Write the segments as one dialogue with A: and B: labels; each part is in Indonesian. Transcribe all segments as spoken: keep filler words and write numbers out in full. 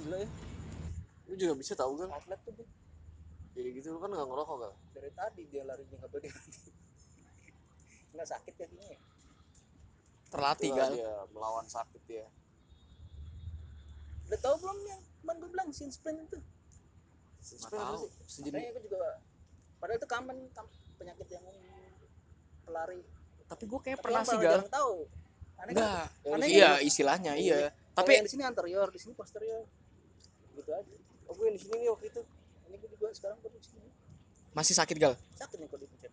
A: Gila ya.
B: Lu juga bisa tahu kan?
A: Atlet tuh dia.
B: Kayak gitu lu kan nggak ngerokok kan?
A: Dari tadi dia larinya nggak berhenti. Nggak sakit kakinya ya?
C: Terlatih
B: Itulah
C: gal.
B: dia melawan sakit ya.
A: Udah tahu belum yang kemarin gue bilang sin sprint itu?
C: Nggak tahu.
B: Sejenis.
A: Makanya gue juga padahal itu common penyakit yang pelari.
C: Tapi gue kayak
A: Tapi
C: pernah
A: yang
C: sih
A: malah
C: gal.
A: jarang tahu. Aneh
C: Enggak.
A: kan? Aneh
C: Iya
A: kan?
C: istilahnya
A: Iya.
C: iya.
A: Kalau
C: Tapi
A: yang di sini anterior, di sini posterior. Gitu aja.
B: Oh gue yang di sini nih waktu itu.
A: Ini gue juga sekarang gue di sini.
C: masih sakit gal.
A: Sakit nih kalau dipencet.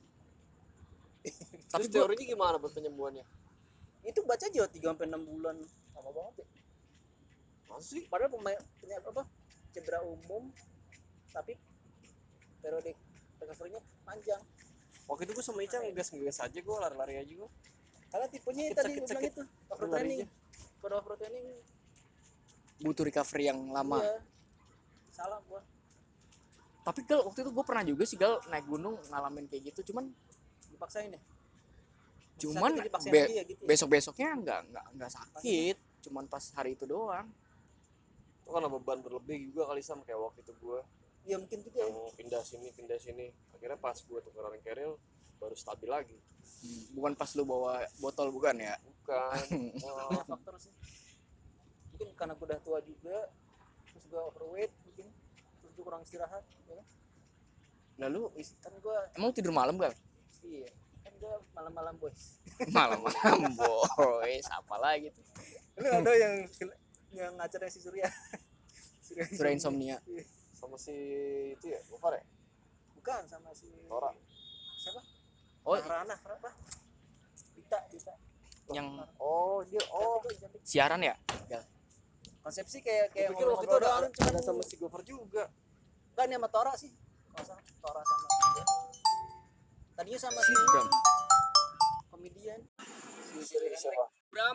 C: Tapi
B: Terus
C: gua,
B: teorinya gimana buat penyembuhannya?
A: Itu baca aja tiga sampai enam bulan. Lama banget ya.
B: Masih?
A: Padahal pemain punya apa? Cedera umum tapi periode recovery-nya panjang.
B: Waktu itu gue sama Ica ngegas-ngegas aja gue lari-lari aja gue.
A: Karena tipenya
B: Sakit,
A: tadi
B: sakit,
A: gue bilang
B: sakit.
A: itu
B: Tapi
A: overtraining.
B: lari aja.
A: Kalau overtraining
C: butuh recovery yang lama.
A: iya. Salah gua.
C: Tapi gal waktu itu gue pernah juga sih gal naik gunung ngalamin kayak gitu. Cuman
A: Dipaksain ya.
C: cuman
A: Sakit, dipaksain
C: be
A: lagi ya gitu ya?
C: besok besoknya nggak nggak nggak sakit. Cuman pas hari itu doang.
B: Itu kan beban berlebih juga kali sama kayak waktu itu gue.
A: Ya mungkin juga
B: Yang
A: ya.
B: pindah sini, pindah sini. Akhirnya pas gue tukeran keril baru stabil lagi.
C: Bukan pas lu bawa botol bukan ya?
B: Bukan.
A: Banyak faktor sih. Mungkin karena gua udah tua juga, terus gua overweight mungkin, terus gua kurang istirahat, ya.
C: Lalu
A: Kan gua
C: emang tidur malam gal?
A: iya, kan gua malam-malam boys.
C: Malam-malam boys. Apa lagi tuh?
A: Lu ada yang yang ngacarnya si Surya. Surya,
C: Surya Insomnia.
A: Iya.
B: Sama si itu ya, Gofar ya?
A: Bukan sama si
B: Tora.
A: siapa?
C: Oh
A: Rana, apa? Dita, Dita.
C: yang
B: Oh dia, oh.
A: Cantik, cantik.
C: siaran ya? Gal.
A: Konsepsi kayak
B: Gue
A: kayak
B: pikir waktu itu
A: ngobrol-ngobrol
B: ada,
A: doang, cuman
B: ada sama si Gofar juga.
A: kan sama Tora sih. Kalau salah Tora sama dia. Tadinya sama si
C: Bram.
A: komedian.
B: Si si siapa?
C: Bram.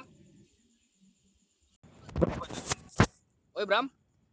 C: Oi Bram.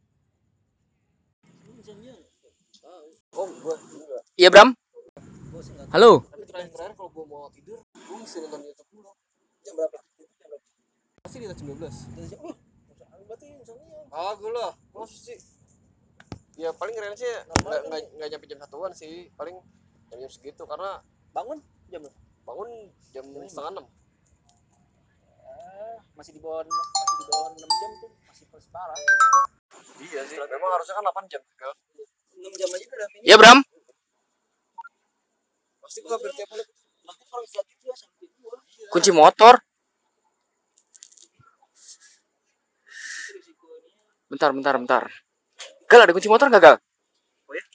B: Oh gue juga.
C: Iya Bram.
A: Gue sih nggak tahu.
C: Halo.
B: Tapi terakhir-terakhir kalau gue mau tidur, gue mesti nonton YouTube dulu. Jam berapa? Pasti di atas jam dua belas.
A: Uh, berarti insomnia.
B: Ah gue lah, masa sih? Ya paling range nya
A: Normal
B: nggak
A: kan
B: nggak nggak nyampe jam satuan sih, paling jam jam segitu karena
A: bangun jam berapa?
B: bangun jam setengah enam.
A: Ah, masih di bawah masih di bawah enam jam tuh masih masih parah.
B: Iya sih, memang harusnya kan delapan jam juga.
A: enam jam aja udah minum.
C: Iya Bram.
B: Pasti gue hampir tiap hari.
A: Nanti kalau istirahat juga sampai dua.
C: Kunci motor. Bentar bentar bentar. Gal ada kunci motor nggak Gal?
A: Oh ya?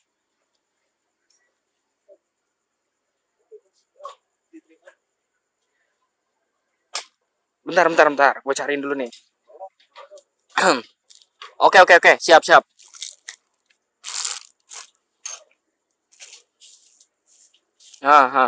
C: Bentar bentar bentar. Gue cariin dulu nih. Oke oke oke siap siap. Ah, ah.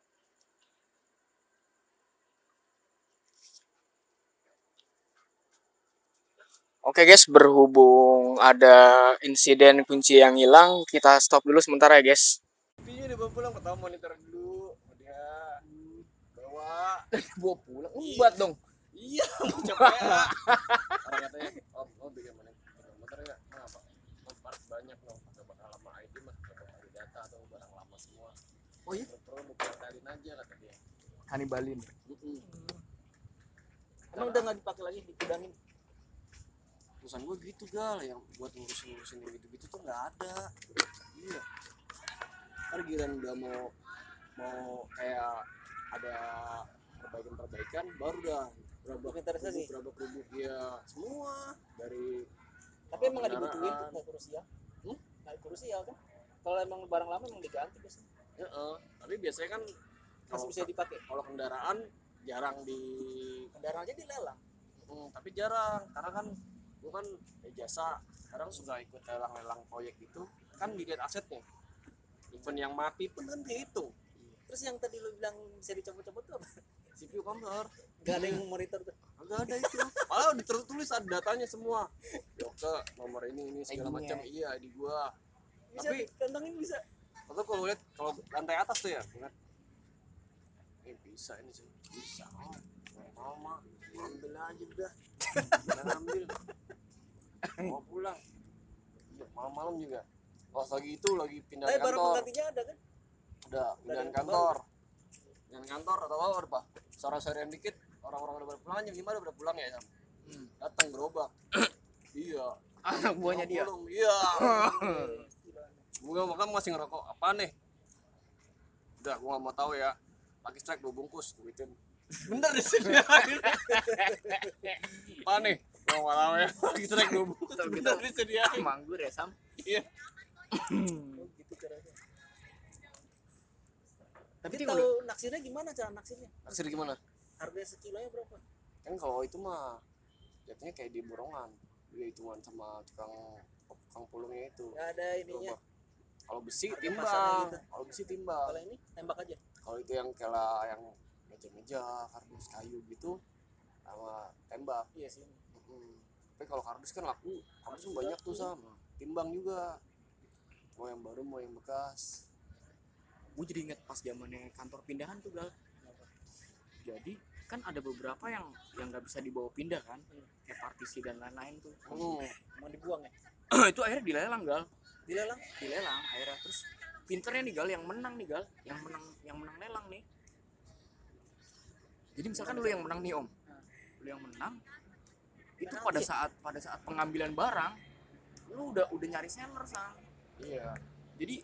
C: Oke guys, berhubung ada insiden kunci yang hilang, kita stop dulu sebentar ya guys.
B: Tapi udah bawa pulang, pertama monitor dulu. Udah bawa.
C: Bawa pulang, ubat dong.
B: Iya, mau capek ya. Orang katanya, om, om bikin mana? Bikin motor ya? Kenapa? Om parts banyak loh. Gak bakal lama I D mah, gak bakal di data atau barang lama semua. Oh iya? Perlu lu batalin aja kata dia.
C: Kanibalin.
B: Mm-mm.
A: Emang udah nggak dipakai lagi dikudangin.
B: Perusahaan gue gitu gal, yang buat ngurusin-ngurusin gitu-gitu tuh nggak ada. Iya. Ntar giliran udah mau mau kayak ada perbaikan-perbaikan baru dah berabak
A: Inventarisasi.
B: kerubuk berabak kerubuk ya semua dari
A: Tapi emang nggak dibutuhin tuh nggak krusial.
B: Hmm?
A: Nggak krusial kan? Kalau emang barang lama emang diganti biasanya.
B: Ya, uh, tapi biasanya kan
A: Masih
B: kalau
A: bisa dipakai.
B: kalau kendaraan jarang di
A: Kendaraan aja dilelang.
B: hmm, tapi jarang karena kan gua kan eh, jasa sekarang suka ikut lelang-lelang proyek gitu kan dilihat asetnya event yang mati pun kan dihitung.
A: Terus yang tadi lu bilang bisa dicopot-copot tuh apa?
B: C P U counter
A: Gak ada yang monitor tuh.
B: agak ada itu malah udah tertulis ada datanya semua Yoke nomor ini ini segala macam iya di gua
A: Bisa
B: tapi
A: kantongin bisa.
B: atau kalau lihat kalau lantai atas tuh ya lihat eh bisa ini sih bisa oh mau mah ambil aja udah jangan ambil bawa pulang. Iya, malam-malam juga pas lagi itu lagi pindahan
A: Tapi barang
B: kantor,
A: penggantinya ada kan?
B: udah pindahan
A: yang
B: kantor pindahan kantor atau apa pak sore-sorean dikit orang-orang udah pada pulang jam lima udah pada pulang ya Sam.
C: Hmm.
B: Datang gerobak iya
C: Anak buahnya dia.
B: pulang iya gue makan masih ngerokok apa nih udah gue gak mau tahu ya lagi strike dua bungkus gue gituin bener di sini apa nih gue gak mau tahu ya lagi strike dua bungkus
C: Tuh,
B: bener
C: gitu.
B: disediain
C: Manggur ya Sam.
B: iya
A: Oh, gitu caranya.
C: Tapi
A: Dia
C: dia
A: tahu
C: udah
A: naksirnya gimana, cara naksirnya?
B: naksir gimana
A: Harga sekilonya berapa?
B: kan kalau itu mah jatuhnya kayak di borongan dia hitungan sama tukang tukang pulungnya itu
A: Nggak ada ininya.
B: gerobak kalau besi
A: Harga
B: timbang
A: pasarnya gitu.
B: kalau besi timbang
A: Kalau ini tembak aja.
B: kalau itu yang kayak yang meja-meja kardus kayu gitu sama tembak
A: Iya sih.
B: mm tapi kalau kardus kan laku kardus tuh banyak tuh sama timbang juga mau yang baru mau yang bekas
C: gue jadi inget pas zamannya kantor pindahan tuh gal. Jadi kan ada beberapa yang yang nggak bisa dibawa pindah kan, kayak partisi dan lain-lain tuh.
B: hmm.
A: Mau dibuang ya?
C: Itu akhirnya dilelang gal,
A: Dilelang?
C: dilelang akhirnya. Terus pinternya nih gal, yang menang nih gal, yang menang yang menang lelang nih. Jadi misalkan lu yang menang nih om, lu yang menang, itu
A: Penalti
C: pada
A: ya?
C: saat pada saat pengambilan barang, lu udah udah nyari seller sang.
B: iya
C: Jadi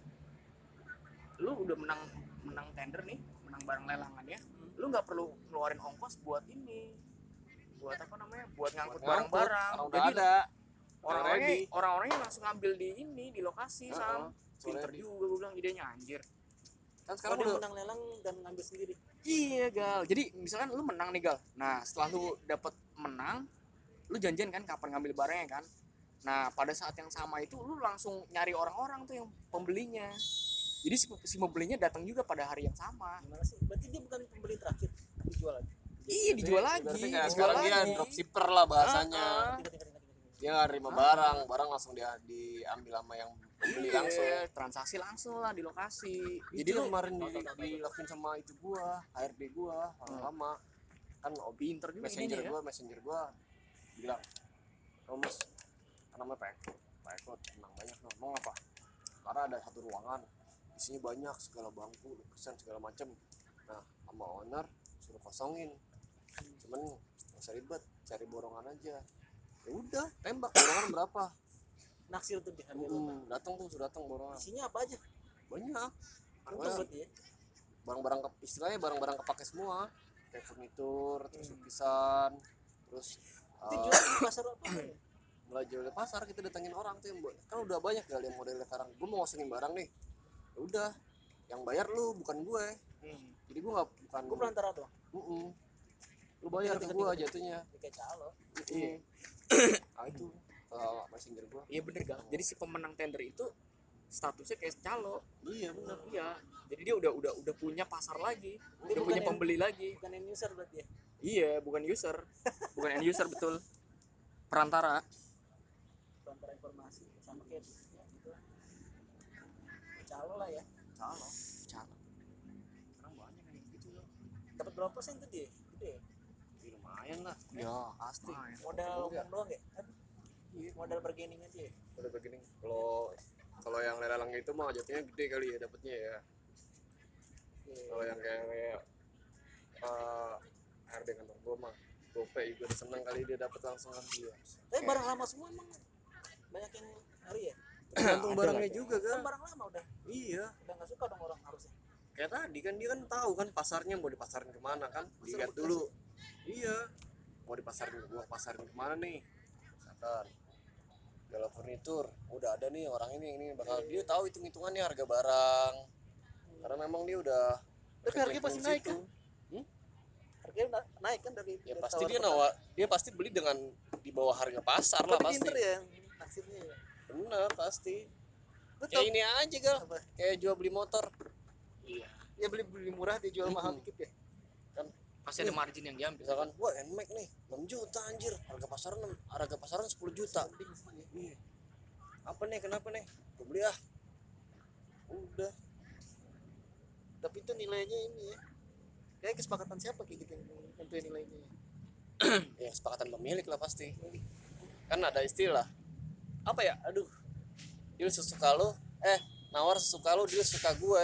C: lu udah menang menang tender nih, menang barang lelangannya, lu nggak perlu ngeluarin ongkos buat ini, buat apa namanya, buat ngangkut
B: buat ngangkut
C: barang-barang.
B: orang udah
C: Jadi
B: ada
C: orang-orangnya
B: ready.
C: orang-orangnya langsung ngambil di ini di lokasi
B: Uh-uh,
C: sam. Pinter
B: ready.
C: juga gue bilang idenya anjir.
B: Kan
A: Oh,
B: sekarang
A: dia
B: udah
A: menang lelang dan ngambil sendiri.
C: Iya gal. Jadi misalkan lu menang nih gal. Nah setelah lu dapet menang, lu janjian kan kapan ngambil barangnya kan. Nah pada saat yang sama itu lu langsung nyari orang-orang tuh yang pembelinya. Jadi si, si pembelinya datang juga pada hari yang sama.
A: Gimana sih? Berarti dia bukan pembeli terakhir, dijual lagi.
C: Iya dijual
B: Berarti
C: lagi,
B: kayak
C: dijual
B: sekarang dia
C: lagi.
B: dropshipper lah bahasanya.
C: Ah, ah.
A: Tingkat, tingkat, tingkat, tingkat.
B: Dia nggak nerima
C: Ah,
B: barang,
C: ah.
B: barang langsung dia diambil sama yang pembeli
C: Iya,
B: langsung.
C: transaksi langsung lah di lokasi.
B: Itu
C: Jadi
B: yang
C: lu
B: kemarin di, dilakuin sama itu gua, H R D gua, orang
C: Hmm.
B: lama. Kan obi
C: pinter juga
B: messenger
C: ininya ya.
B: gua, messenger gua bilang, "Oh, Mas, kan namanya Pak Eko. Pak Eko tenang banyak loh. Mau apa? Karena ada satu ruangan, isinya banyak segala bangku, lukisan segala macem. Nah, sama owner suruh kosongin. Cuman nggak usah ribet, cari borongan aja. Ya udah, tembak borongan berapa?
A: Naksir tuh dia harga berapa?
B: Hmm, datang tuh, sudah datang borongan.
A: Isinya apa aja?
B: Banyak.
A: Untung berarti ya.
B: Barang-barang ke, istilahnya barang-barang kepake semua. Kayak furnitur, terus lukisan, terus
A: Itu
B: uh,
A: jual di pasar apa?
B: mulai jual di pasar kita datengin orang tuh yang buat kan udah banyak kali yang modelnya sekarang gue mau ngosongin barang nih ya udah yang bayar lu bukan gue
A: Hmm.
B: jadi gue nggak bukan
A: Gue pelantara doang.
B: uh lu bayar ke gue jatuhnya
A: Kayak calo.
C: Iya.
B: ah itu uh, messenger gue
C: Iya bener gal. Jadi si pemenang tender itu statusnya kayak calo.
B: iya bener
C: Iya. Jadi dia udah udah udah punya pasar lagi,
A: Dia
C: udah
A: bukan
C: punya
A: end-
C: pembeli lagi.
A: Bukan end user berarti ya.
C: Iya, bukan user, bukan end user betul. Perantara.
A: Pelantara informasi sama kayak ya, gitu. Calo lah ya.
C: Calo. Calo. Sekarang banyak yang gitu loh.
A: Dapat berapa persen tuh dia? Gede ya?
B: ya, lumayan lah
C: Ya,
B: pasti
C: lumayan.
A: Modal
B: Enggak.
A: ngomong doang ya? Kan?
B: Iya.
A: Modal bargaining aja ya?
B: udah begini kalau kalau yang lelang itu mah jatuhnya gede kali ya dapatnya ya kalau yang kayak kayak uh, H R D kantor gue mah gope juga udah seneng kali dia dapat langsung kan dia
A: Tapi barang lama semua emang banyak yang hari ya?
B: tergantung
C: Ada
B: barangnya
C: lah,
B: juga
A: Kan
B: kan
A: barang lama udah.
B: iya
A: Udah nggak suka dong orang harusnya.
B: kayak tadi kan dia kan tahu kan pasarnya mau dipasarin kemana kan
A: Pasar
B: dilihat
A: bekas
B: dulu iya mau dipasarin gua pasarin kemana nih misalkan jualan furnitur udah ada nih orang ini ini bakal dia tahu hitung hitungannya harga barang karena memang dia udah
A: Tapi harganya pasti naik kan?
B: hmm?
A: Harganya na- naik kan dari
B: ya
A: dari
B: pasti
A: tawar
B: dia
A: pertama.
B: nawa dia pasti beli dengan di bawah harga pasar lah
A: Berarti
B: pasti
A: pinter ya naksirnya ya.
B: bener pasti
A: Lu
B: kayak
A: tau
B: ini aja gal
A: apa?
B: kayak jual beli motor
C: Iya.
A: Ya beli beli murah dia jual mahal
B: Mm-mm.
A: dikit ya.
B: kan
C: Pasti ada margin yang diambil.
B: misalkan wah Nmax nih enam juta anjir harga pasaran harga pasaran sepuluh juta
A: Mending sih ya.
B: iya apa nih kenapa nih gue beli ah udah
A: Tapi itu nilainya ini ya. Kayak kesepakatan siapa kayak gitu yang nentuin nilainya ya?
B: ya kesepakatan pemilik lah pasti kan ada istilah apa ya, aduh, dia sesuka lo, eh nawar sesuka lo, dia suka gue.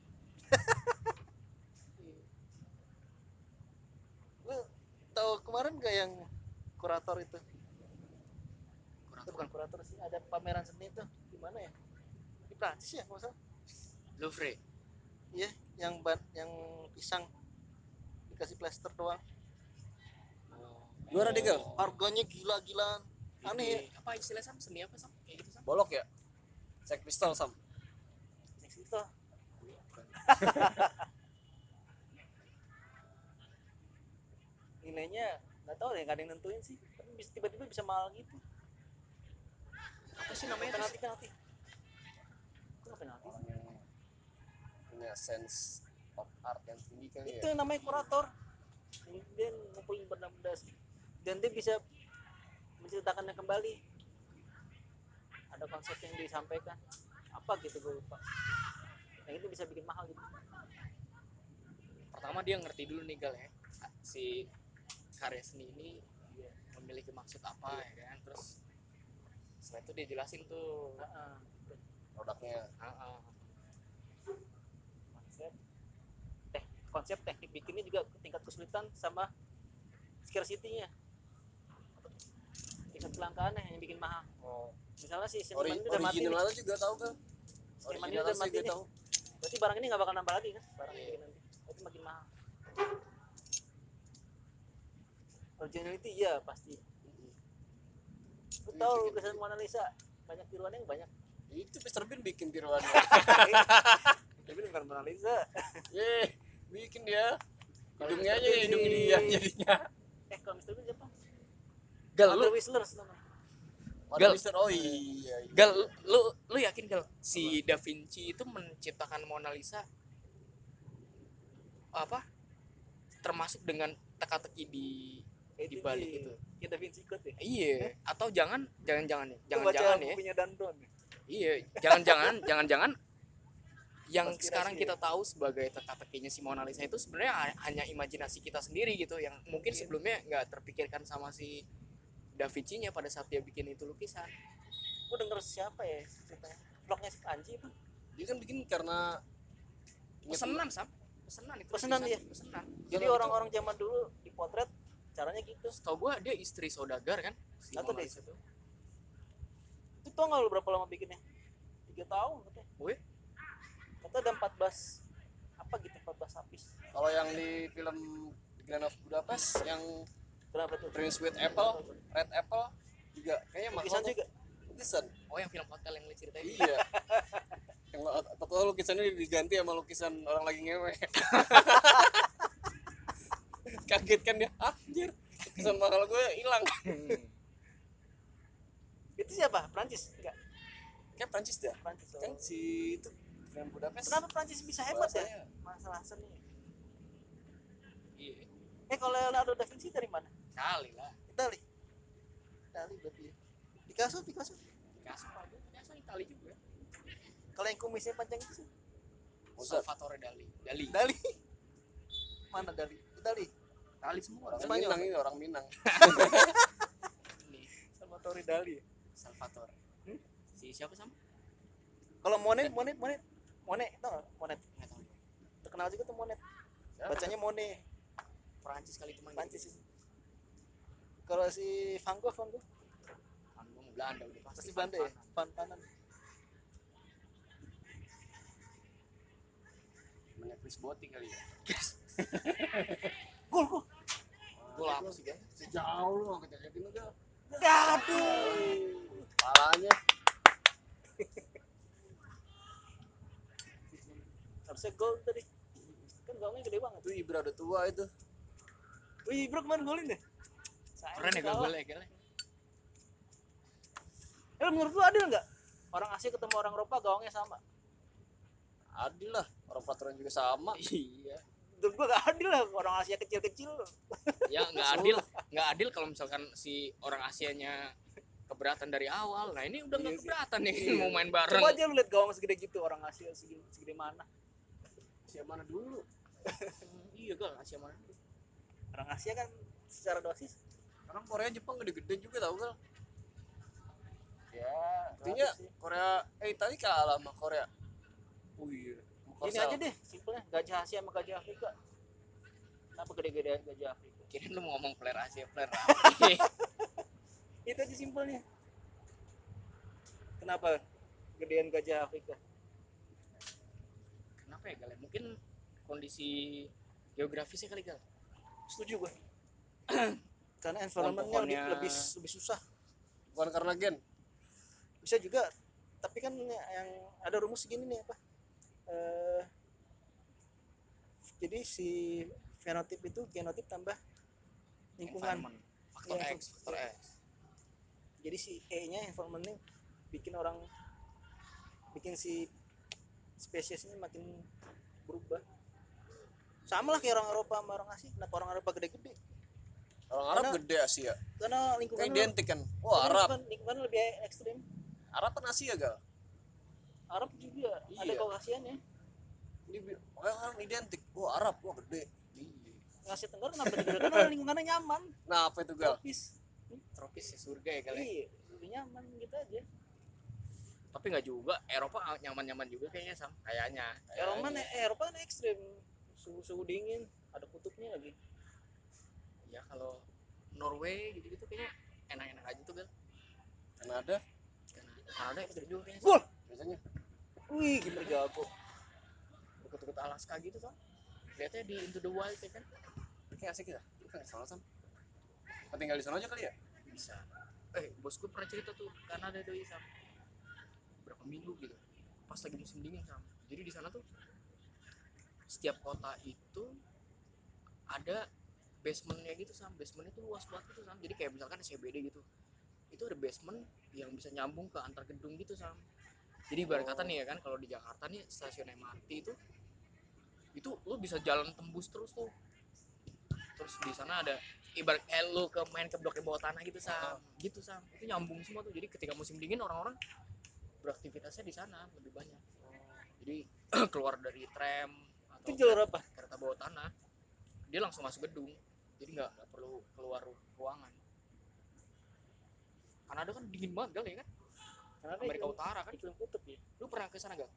A: Lu tahu kemarin gak yang kurator itu?
C: Kurator
A: Itu bukan kurator sih, ada pameran seni tuh di mana ya? Di Prancis ya, nggak salah.
C: Louvre.
A: Iya, yang ban, yang pisang dikasih plester doang.
B: Gimana deh Gal?
A: Harganya gila-gilaan. Aneh ya.
C: Di, apa istilah Sam? Seni apa Sam? Kayak gitu Sam?
B: Bolok ya, Sex Pistol Sam.
A: Next itu
C: Bukan.
A: nilainya nggak tahu deh, nggak ada yang nentuin sih. Tapi bisa tiba-tiba bisa mahal gitu.
C: Apa sih namanya tuh?
A: Penalti penalti. Kok nggak penalti?
B: Orang yang punya sense of art yang tinggi kali
A: Itu
B: ya.
A: yang namanya kurator. Dia ngumpulin benda-benda dan dia bisa menceritakannya kembali. Ada konsep yang disampaikan. Apa gitu gue lupa. Yang itu bisa bikin mahal gitu.
C: Pertama dia ngerti dulu nih Gal ya, si karya seni ini memiliki maksud apa ya kan, terus setelah itu dia jelasin tuh
A: Heeh.
B: Produknya.
C: uh-uh.
A: Konsep teh konsep teknik bikinnya juga tingkat kesulitan sama scarcity-nya, tingkat kelangkaannya yang bikin mahal.
B: Oh.
A: Misalnya si
B: Ori
A: seniman ini udah mati nih,
B: originalnya juga tahu kan?
A: seniman ini
B: Originalnya
A: udah
B: sih
A: mati
B: gue
A: nih,
B: tahu.
A: berarti barang ini nggak bakal nambah lagi kan, barang yang
B: Iya.
A: bikin nanti itu makin mahal. Originality iya pasti. Lu
B: Itu
A: tahu
B: bikin
A: lukisan
B: bikin.
A: Mona Lisa banyak tiruannya yang banyak.
B: Itu mister Bean bikin tiruannya.
A: Tapi bukan Mona Lisa.
B: Ye, bikin dia.
A: Kalau
B: Hidungnya
A: mister
B: aja
A: Bean
B: hidung
A: sih-
B: dia jadinya.
A: Eh kalau mister Bean siapa?
C: Gal
A: Andre
C: lu
A: Whistler namanya.
B: Mother
C: Gal.
B: Mister oh iya, iya.
C: Gal
B: iya.
C: lu lu yakin Gal si Da Vinci itu menciptakan Mona Lisa apa termasuk dengan teka-teki di di balik itu?
A: Kita Vinci Code ya.
C: Iya, atau jangan jangan-jangan nih,
A: Itu baca
C: jangan-jangan ya.
A: bukunya Danton.
C: Iya, jangan-jangan jangan-jangan yang
A: Konspirasi
C: sekarang
A: ya?
C: kita tahu sebagai teka-tekinya si Mona Lisa itu sebenarnya ha- hanya imajinasi kita sendiri gitu yang mungkin
A: Mungkin.
C: sebelumnya nggak terpikirkan sama si Da Vinci-nya pada saat dia bikin itu lukisan.
A: Gue denger siapa ya ceritanya, vlognya si Panji itu
B: Dia kan bikin karena ingat
C: Pesenan Sam, pesenan itu
A: pesenan
C: lukisan,
A: dia.
C: pesenan.
A: Jadi
B: Pesanan
A: orang-orang zaman dulu dipotret caranya gitu.
C: Setahu gua dia istri saudagar kan si
A: Atau
C: Mona
A: deh
C: Lisa itu.
A: itu tau nggak lu berapa lama bikinnya? Tiga tahun katanya.
C: Wih,
A: Kata ada empat belas apa gitu, empat belas lapis.
B: kalau yang di film Grand of Budapest yang
A: Berapa tuh?
B: Prince with Apple, Red Apple juga kayaknya mahal
A: Lukisan
B: tuh.
A: juga.
B: Lukisan.
C: oh yang film hotel yang lu ceritain.
B: Iya. Yang atau lukisannya diganti sama lukisan orang lagi ngewe. Kaget kan dia, ah, anjir, lukisan mahal gue hilang.
A: Itu siapa? Prancis? Enggak.
B: Kayak Prancis dah.
A: Prancis. Oh.
B: Kan si itu Grand Budapest.
A: Kenapa Prancis bisa hebat ya?
B: bahasanya.
A: Masalah seni.
C: Iya,
A: Eh kalau Leonardo da Vinci dari mana?
C: kali lah.
A: Itali. Itali berarti. Ya. Picasso, Picasso.
C: Picasso apa aja, Picasso Itali juga.
A: Kalau yang kumisnya panjang itu sih.
B: Mozart.
C: Salvatore Dali. Dali.
A: Dali. Mana Dali? Itali.
C: Dali semua.
B: Orang
A: Spanyol.
B: Minang ini orang Minang.
C: Ini
A: Salvatore Dali.
C: Salvatore.
A: Hmm?
C: Si siapa Sam?
A: Kalau Monet, Monet, Monet. Monet, tau gak? Monet.
C: Enggak tahu.
A: Terkenal juga tuh Monet.
B: Siapa?
A: Bacanya Monet.
C: Perancis kali teman
A: Prancis sih. Kalau si Van Gogh, Van Gogh
C: Panggung Belanda udah pasti
A: pasti Belanda ya. Van Panen.
B: Namanya Chris Botti kali ya.
A: Gol, gol.
C: Gol apa sih kan?
B: Sejauh lu kejadian udah.
A: Aduh.
B: Parahnya.
A: Harusnya gol tadi. Kan golnya gede banget.
B: Itu Ibra udah tua itu.
A: Wih, bro kemarin golin deh. Sayang
C: Keren ya
A: kalah.
C: gol-golnya gila.
A: Eh, menurut lu adil nggak? Orang Asia ketemu orang Eropa gawangnya sama.
B: Adil lah, orang peraturan juga sama.
C: Iya.
A: Menurut gua gak adil lah, orang Asia kecil-kecil.
C: Ya nggak adil, nggak adil kalau misalkan si orang Asianya keberatan dari awal. Nah ini udah nggak
A: Iya sih.
C: keberatan nih
A: Iya.
C: mau main bareng.
A: Coba aja lu lihat gawang segede gitu, orang Asia segede, segede mana?
B: Siapa mana dulu?
C: Iya gol Asia mana dulu?
A: Orang Asia kan secara dosis
B: Orang Korea Jepang gede-gede juga tau kan?
A: ya
B: buktinya
A: sih.
B: Korea eh tadi kalah sama Korea. Oh iya, sama
A: Gini
B: Korsel.
A: aja deh simpelnya, gajah Asia sama gajah Afrika, kenapa gede-gede gajah Afrika?
C: Kirain lu mau ngomong player Asia, player Afrika.
A: Itu aja simpelnya, kenapa gedean gajah Afrika?
C: Kenapa ya Gal? Mungkin kondisi geografisnya kali Gal.
A: Setuju gue. Karena
C: Pohon
A: environmentnya lebih,
C: pohonnya
A: lebih lebih susah.
B: Bukan karena gen.
A: Bisa juga, tapi kan yang ada rumus segini nih apa, eh, jadi si fenotip itu genotip tambah lingkungan.
C: environment, faktor
A: Ya,
C: X, faktor
A: ya.
C: X.
A: Jadi si E nya environmentnya bikin orang, bikin si spesiesnya makin berubah. Sama lah kayak orang Eropa sama orang Asia. Kenapa orang Eropa gede-gede?
B: Orang Arab
A: Karena
B: gede Asia.
A: karena
B: Kayak
A: lingkungannya,
B: identik kan. Wah,
A: karena
B: Arab.
A: lingkungan, lingkungan lebih ekstrim.
B: Arab kan Asia gal.
A: Arab juga ada
B: Iya.
A: Kaukasiannya.
B: Ini bi- orang orang identik. Wah, Arab, wah gede.
C: Iya.
A: Yang Asia Tenggara kenapa gede? Karena lingkungannya nyaman,
B: Nah, apa itu gal?
A: tropis.
C: Tropis ya, surga ya kali.
A: Iya, lebih nyaman gitu aja.
C: Tapi nggak juga, Eropa nyaman-nyaman juga kayaknya Sam, kayaknya.
A: Eropa,
B: Kayaknya.
A: eh, Eropa kan ekstrim, suhu suhu dingin, ada kutubnya lagi.
C: Ya kalau Norway gitu-gitu kayaknya enak-enak aja tuh Gal.
B: Kanada
C: Karena Kanada ekstrim juga kayaknya.
A: Wah,
B: biasanya.
A: wih, kiper jago.
C: Deket-deket Alaska gitu Sam. Lihatnya di Into the Wild ya kan.
B: Kayak asik ya. Kan di sana Sam. Kita tinggal di sana aja kali ya.
C: Bisa. Eh, bosku pernah cerita tuh Kanada doi Sam. Berapa minggu gitu. Pas lagi musim dingin Sam. Jadi di sana tuh setiap kota itu ada basementnya gitu Sam. Basementnya tuh luas banget gitu Sam. Jadi kayak misalkan C B D gitu. Itu ada basement yang bisa nyambung ke antar gedung gitu Sam. Jadi ibarat kata nih ya kan, kalau di Jakarta nih stasiun M R T itu itu lu bisa jalan tembus terus tuh. Terus di sana ada ibarat kayak lu ke main ke blok di bawah tanah gitu Sam. Gitu Sam. Itu nyambung semua tuh. Jadi ketika musim dingin orang-orang beraktivitasnya di sana lebih banyak. Jadi keluar dari tram atau
A: Itu jalur
C: kereta,
A: apa?
C: kereta bawah tanah, dia langsung masuk gedung. Jadi nggak nggak perlu keluar ruangan. Kanada kan dingin banget kali ya kan?
A: Karena ada
C: Amerika
A: iklim,
C: Utara kan?
A: iklim kutub ya.
C: Lu pernah ke sana gak?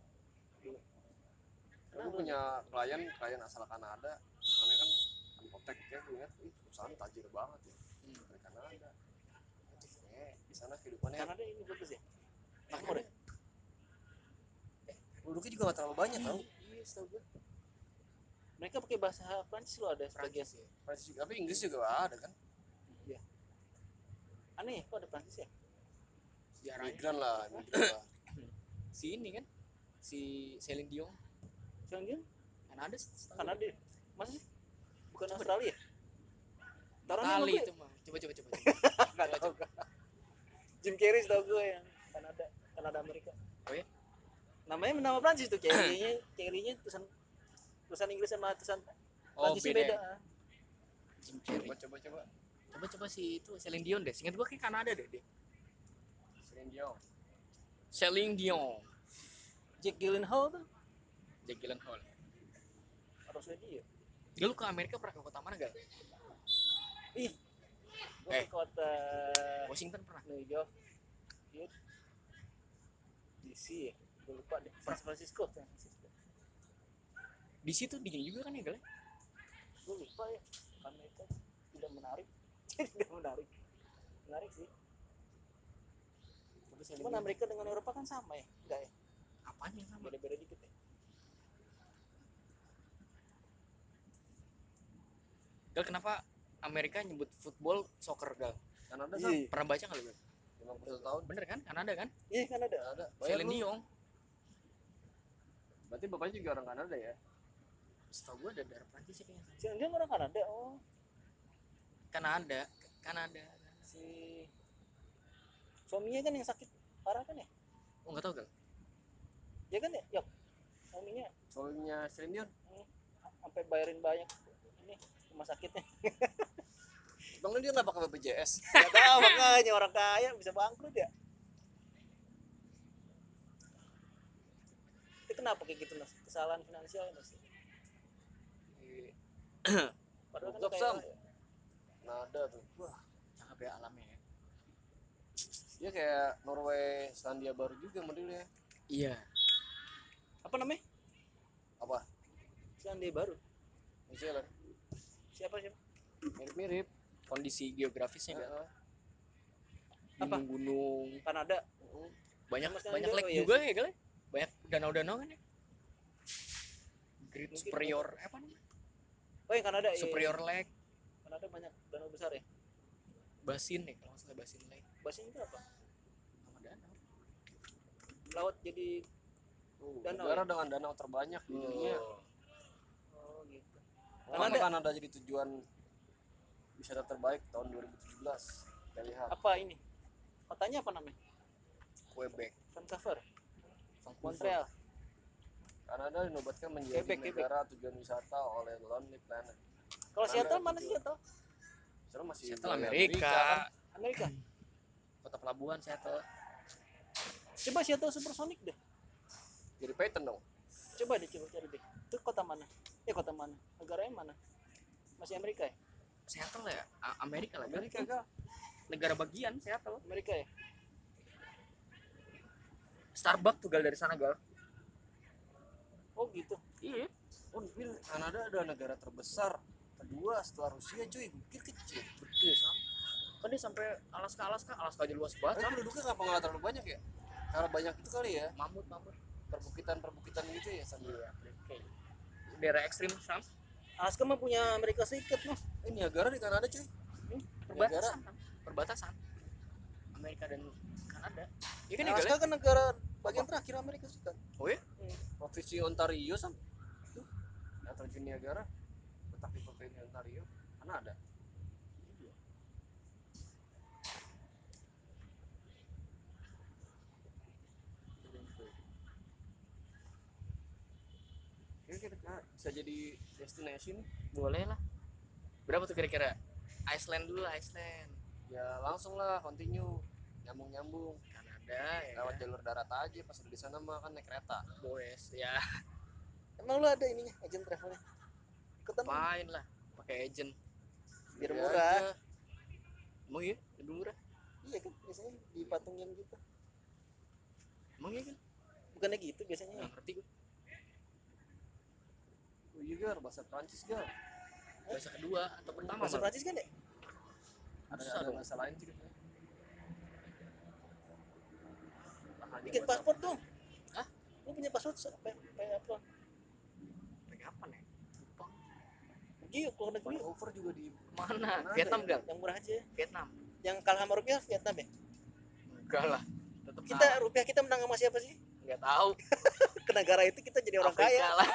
B: Gue punya klien, klien asal Kanada. Soalnya kan apotek kayak gue lihat, ih perusahaan tajir banget ya.
C: Hmm.
B: Dari Kanada. Kayak di sana kehidupannya
A: Kanada ini bagus ya.
C: Makmur ya?
B: penduduknya juga gak terlalu banyak tau.
A: Iya, setahu gue. Mereka pakai bahasa Prancis loh ada sebagian.
C: Prancis ya?
B: Prancis juga, tapi Inggris juga ada kan.
A: Iya. Aneh, kok ada Prancis ya?
C: Sejarahnya
B: Migran lah, migran lah.
C: si ini kan si Celine Dion
A: Jangan
C: Kanada setahu gue.
A: Kanada. Masa sih? Bukan
C: Coba
A: Australia ya?
C: Nggak
A: Taruhnya sama
C: kali
A: gue.
C: itu mah. Coba coba coba coba.
A: Enggak
C: Coba
A: tahu
C: coba.
A: gue. Jim Carrey setahu gue yang Kanada, Kanada Amerika.
C: Oh ya?
A: Namanya nama Prancis tuh, Carrey-nya, Carrey-nya tulisan tulisan Inggris sama tulisan
C: Oh
A: Prancisnya
C: beda.
A: beda.
C: Ya? Jim Carrey.
B: Coba coba coba.
C: Coba coba si itu Celine Dion deh. Seingat gue kayak Kanada deh dia.
B: Celine Dion.
C: Celine Dion.
A: Jake Gyllenhaal tuh
C: Jake Gyllenhaal.
A: atau Swedia.
C: Dia lu ke Amerika pernah ke kota mana gak?
A: Ih, gue
C: Eh.
A: ke kota
C: Washington pernah?
A: New York, iya, D C ya, gue lupa deh. San Francisco, San Francisco.
C: Di situ dingin juga kan ya Gal?
A: Gue lupa ya, karena itu tidak menarik. Tidak menarik, menarik sih.
C: Coba Celine
A: Cuman
C: Dion.
A: Amerika dengan Eropa kan sama ya, enggak ya?
C: Apanya yang sama?
A: Beda-beda dikit ya.
C: Gal kenapa Amerika nyebut football soccer Gal?
B: Kanada
A: Iya,
B: Sam.
C: Pernah baca nggak lu Gal?
B: lima puluh satu tahun.
C: Bener kan? Kanada kan?
A: iya kan ada.
B: Kanada. Bayar
C: Celine
B: lu.
C: Dion.
B: Berarti bapaknya juga orang Kanada ya?
C: Setahu gue ada darah Prancis ya kayaknya.
A: Si dia orang Kanada, oh
C: Kanada, Kanada.
A: si suaminya kan yang sakit parah kan ya?
C: Oh nggak tahu Gal.
A: Ya kan ya, Yok. Suaminya
B: Soalnya Celine Dion.
A: hmm, sampai bayarin banyak ini rumah sakitnya.
B: Bang dia nggak pakai B P J S.
A: Gak tahu makanya orang kaya bisa bangkrut ya. Itu kenapa kayak gitu mas? Kesalahan finansial mas. Padahal kan
B: Gugap
A: kayak
B: Sam.
A: raya.
B: Kanada tuh. Wah.
C: Cakep ya alamnya ya.
B: Dia kayak Norway Selandia Baru juga modelnya.
C: Iya.
A: Apa namanya?
B: Apa?
A: Selandia Baru.
B: New Zealand.
A: Siapa siapa?
B: Mirip-mirip.
C: Kondisi geografisnya kan.
B: Heeh.
A: Apa?
C: Gunung-gunung.
A: Kanada.
B: Heeh.
C: Banyak
A: Sama
C: banyak
A: Selandia,
C: lake
A: oh iya
C: juga
A: sih.
C: ya kali. Banyak danau-danau kan ya. Great
A: Mungkin
C: Superior eh, apa namanya?
A: Oh yang Kanada. Iya,
C: Superior
A: iya.
C: Lake,
A: Kanada banyak danau besar ya.
C: Basin nih kalau nggak salah Basin Lake.
A: Basin itu apa?
C: Nama danau.
A: Laut jadi
B: Tuh,
A: danau
B: negara
A: ya?
B: dengan danau terbanyak di dunia.
A: Oh gitu.
B: Kenapa
A: Kanada
B: Kanada jadi tujuan wisata terbaik tahun dua ribu tujuh belas? Kita lihat.
A: apa ini? Kotanya apa namanya?
C: Quebec,
A: Vancouver,
C: Vancouver.
A: Montreal.
B: Kanada dinobatkan menjadi
A: Quebec, Quebec.
B: negara tujuan wisata oleh Lonely Planet.
A: Kalau
B: Kanada
A: Seattle mana
B: tujuan.
A: Seattle?
B: Sekarang masih
C: Seattle
B: wilayah
C: Amerika.
B: kan?
A: Amerika.
C: Kota pelabuhan Seattle.
A: Coba Seattle Supersonic deh.
B: Jadi Payton dong.
A: Coba deh, coba cari deh. Itu kota mana? Eh kota mana? Negaranya mana? Masih Amerika ya?
C: Seattle ya, A- Amerika lah. Gal.
B: Amerika kan?
C: Negara bagian Seattle.
A: Amerika ya?
C: Starbucks tuh gal dari sana gal.
A: Oh gitu.
C: Iya.
B: Oh, Bill, Kanada adalah negara terbesar kedua setelah Rusia, cuy. Gue pikir kecil.
C: Gede sam. Kan dia sampai Alaska Alaska Alaska aja luas banget.
B: Tapi
C: Sam.
B: penduduknya kenapa nggak terlalu banyak ya? Karena banyak itu kali ya.
C: Mamut mamut.
B: Perbukitan-perbukitan gitu ya sambil.
C: Iya. Kayak daerah ekstrim sam.
A: Alaska mah punya Amerika Serikat mah.
B: Eh, Niagara di Kanada, cuy.
A: Hmm?
C: Perbatasan Sam. Perbatasan. Amerika dan Kanada. Iya kan ya gal?
A: Alaska
C: Ya?
A: kan negara bagian terakhir Amerika Serikat.
C: Oh ya?
A: Hmm.
B: Provinsi Ontario sam. Tuh, yang terjun Niagara. Letak di provinsi Ontario. Kanada.
C: Iya.
B: Kayaknya kita bisa jadi destination.
C: Boleh lah. Berapa tuh kira-kira? Iceland dulu lah, Iceland.
B: Ya langsung lah, continue. Nyambung-nyambung.
C: Kanada ya
B: Lewat
C: kan?
B: jalur darat aja, pas udah di sana mah kan naik kereta.
C: Boes ya.
A: Emang lu ada ininya, agent travelnya? Ikutan lu.
C: Apain lah pakai agent.
A: Biar
B: Sendiri
A: murah.
B: aja.
C: Emang iya? Lebih murah?
A: Iya kan, biasanya dipatungin gitu.
C: Emang iya kan?
A: Bukannya gitu biasanya ya?
C: Nggak ngerti gue.
B: Oh iya Gar, bahasa Prancis Gar.
C: Bahasa kedua atau pertama
A: Bahasa
C: malah?
A: Prancis kan ya?
B: Ada
C: Susah
B: ada
C: dong.
B: bahasa lain sih katanya. Hanya
A: Bikin
B: bahasa
A: paspor dong.
C: Hah?
A: Lu punya paspor sampai sampai apa?
C: Pakai apa nih? Lupa.
A: Pergi yuk keluar negeri yuk.
B: Vancouver juga di
C: Mana?
B: Kanada
C: Vietnam
B: ya?
C: gal?
A: Yang murah aja.
C: Vietnam.
A: Yang kalah sama rupiah Vietnam ya?
C: Enggak lah. Tetap
A: Kita
C: kalah.
A: rupiah kita menang sama siapa sih?
C: Nggak tahu.
A: Ke negara itu kita jadi orang
C: Afrika
A: kaya.
C: lah.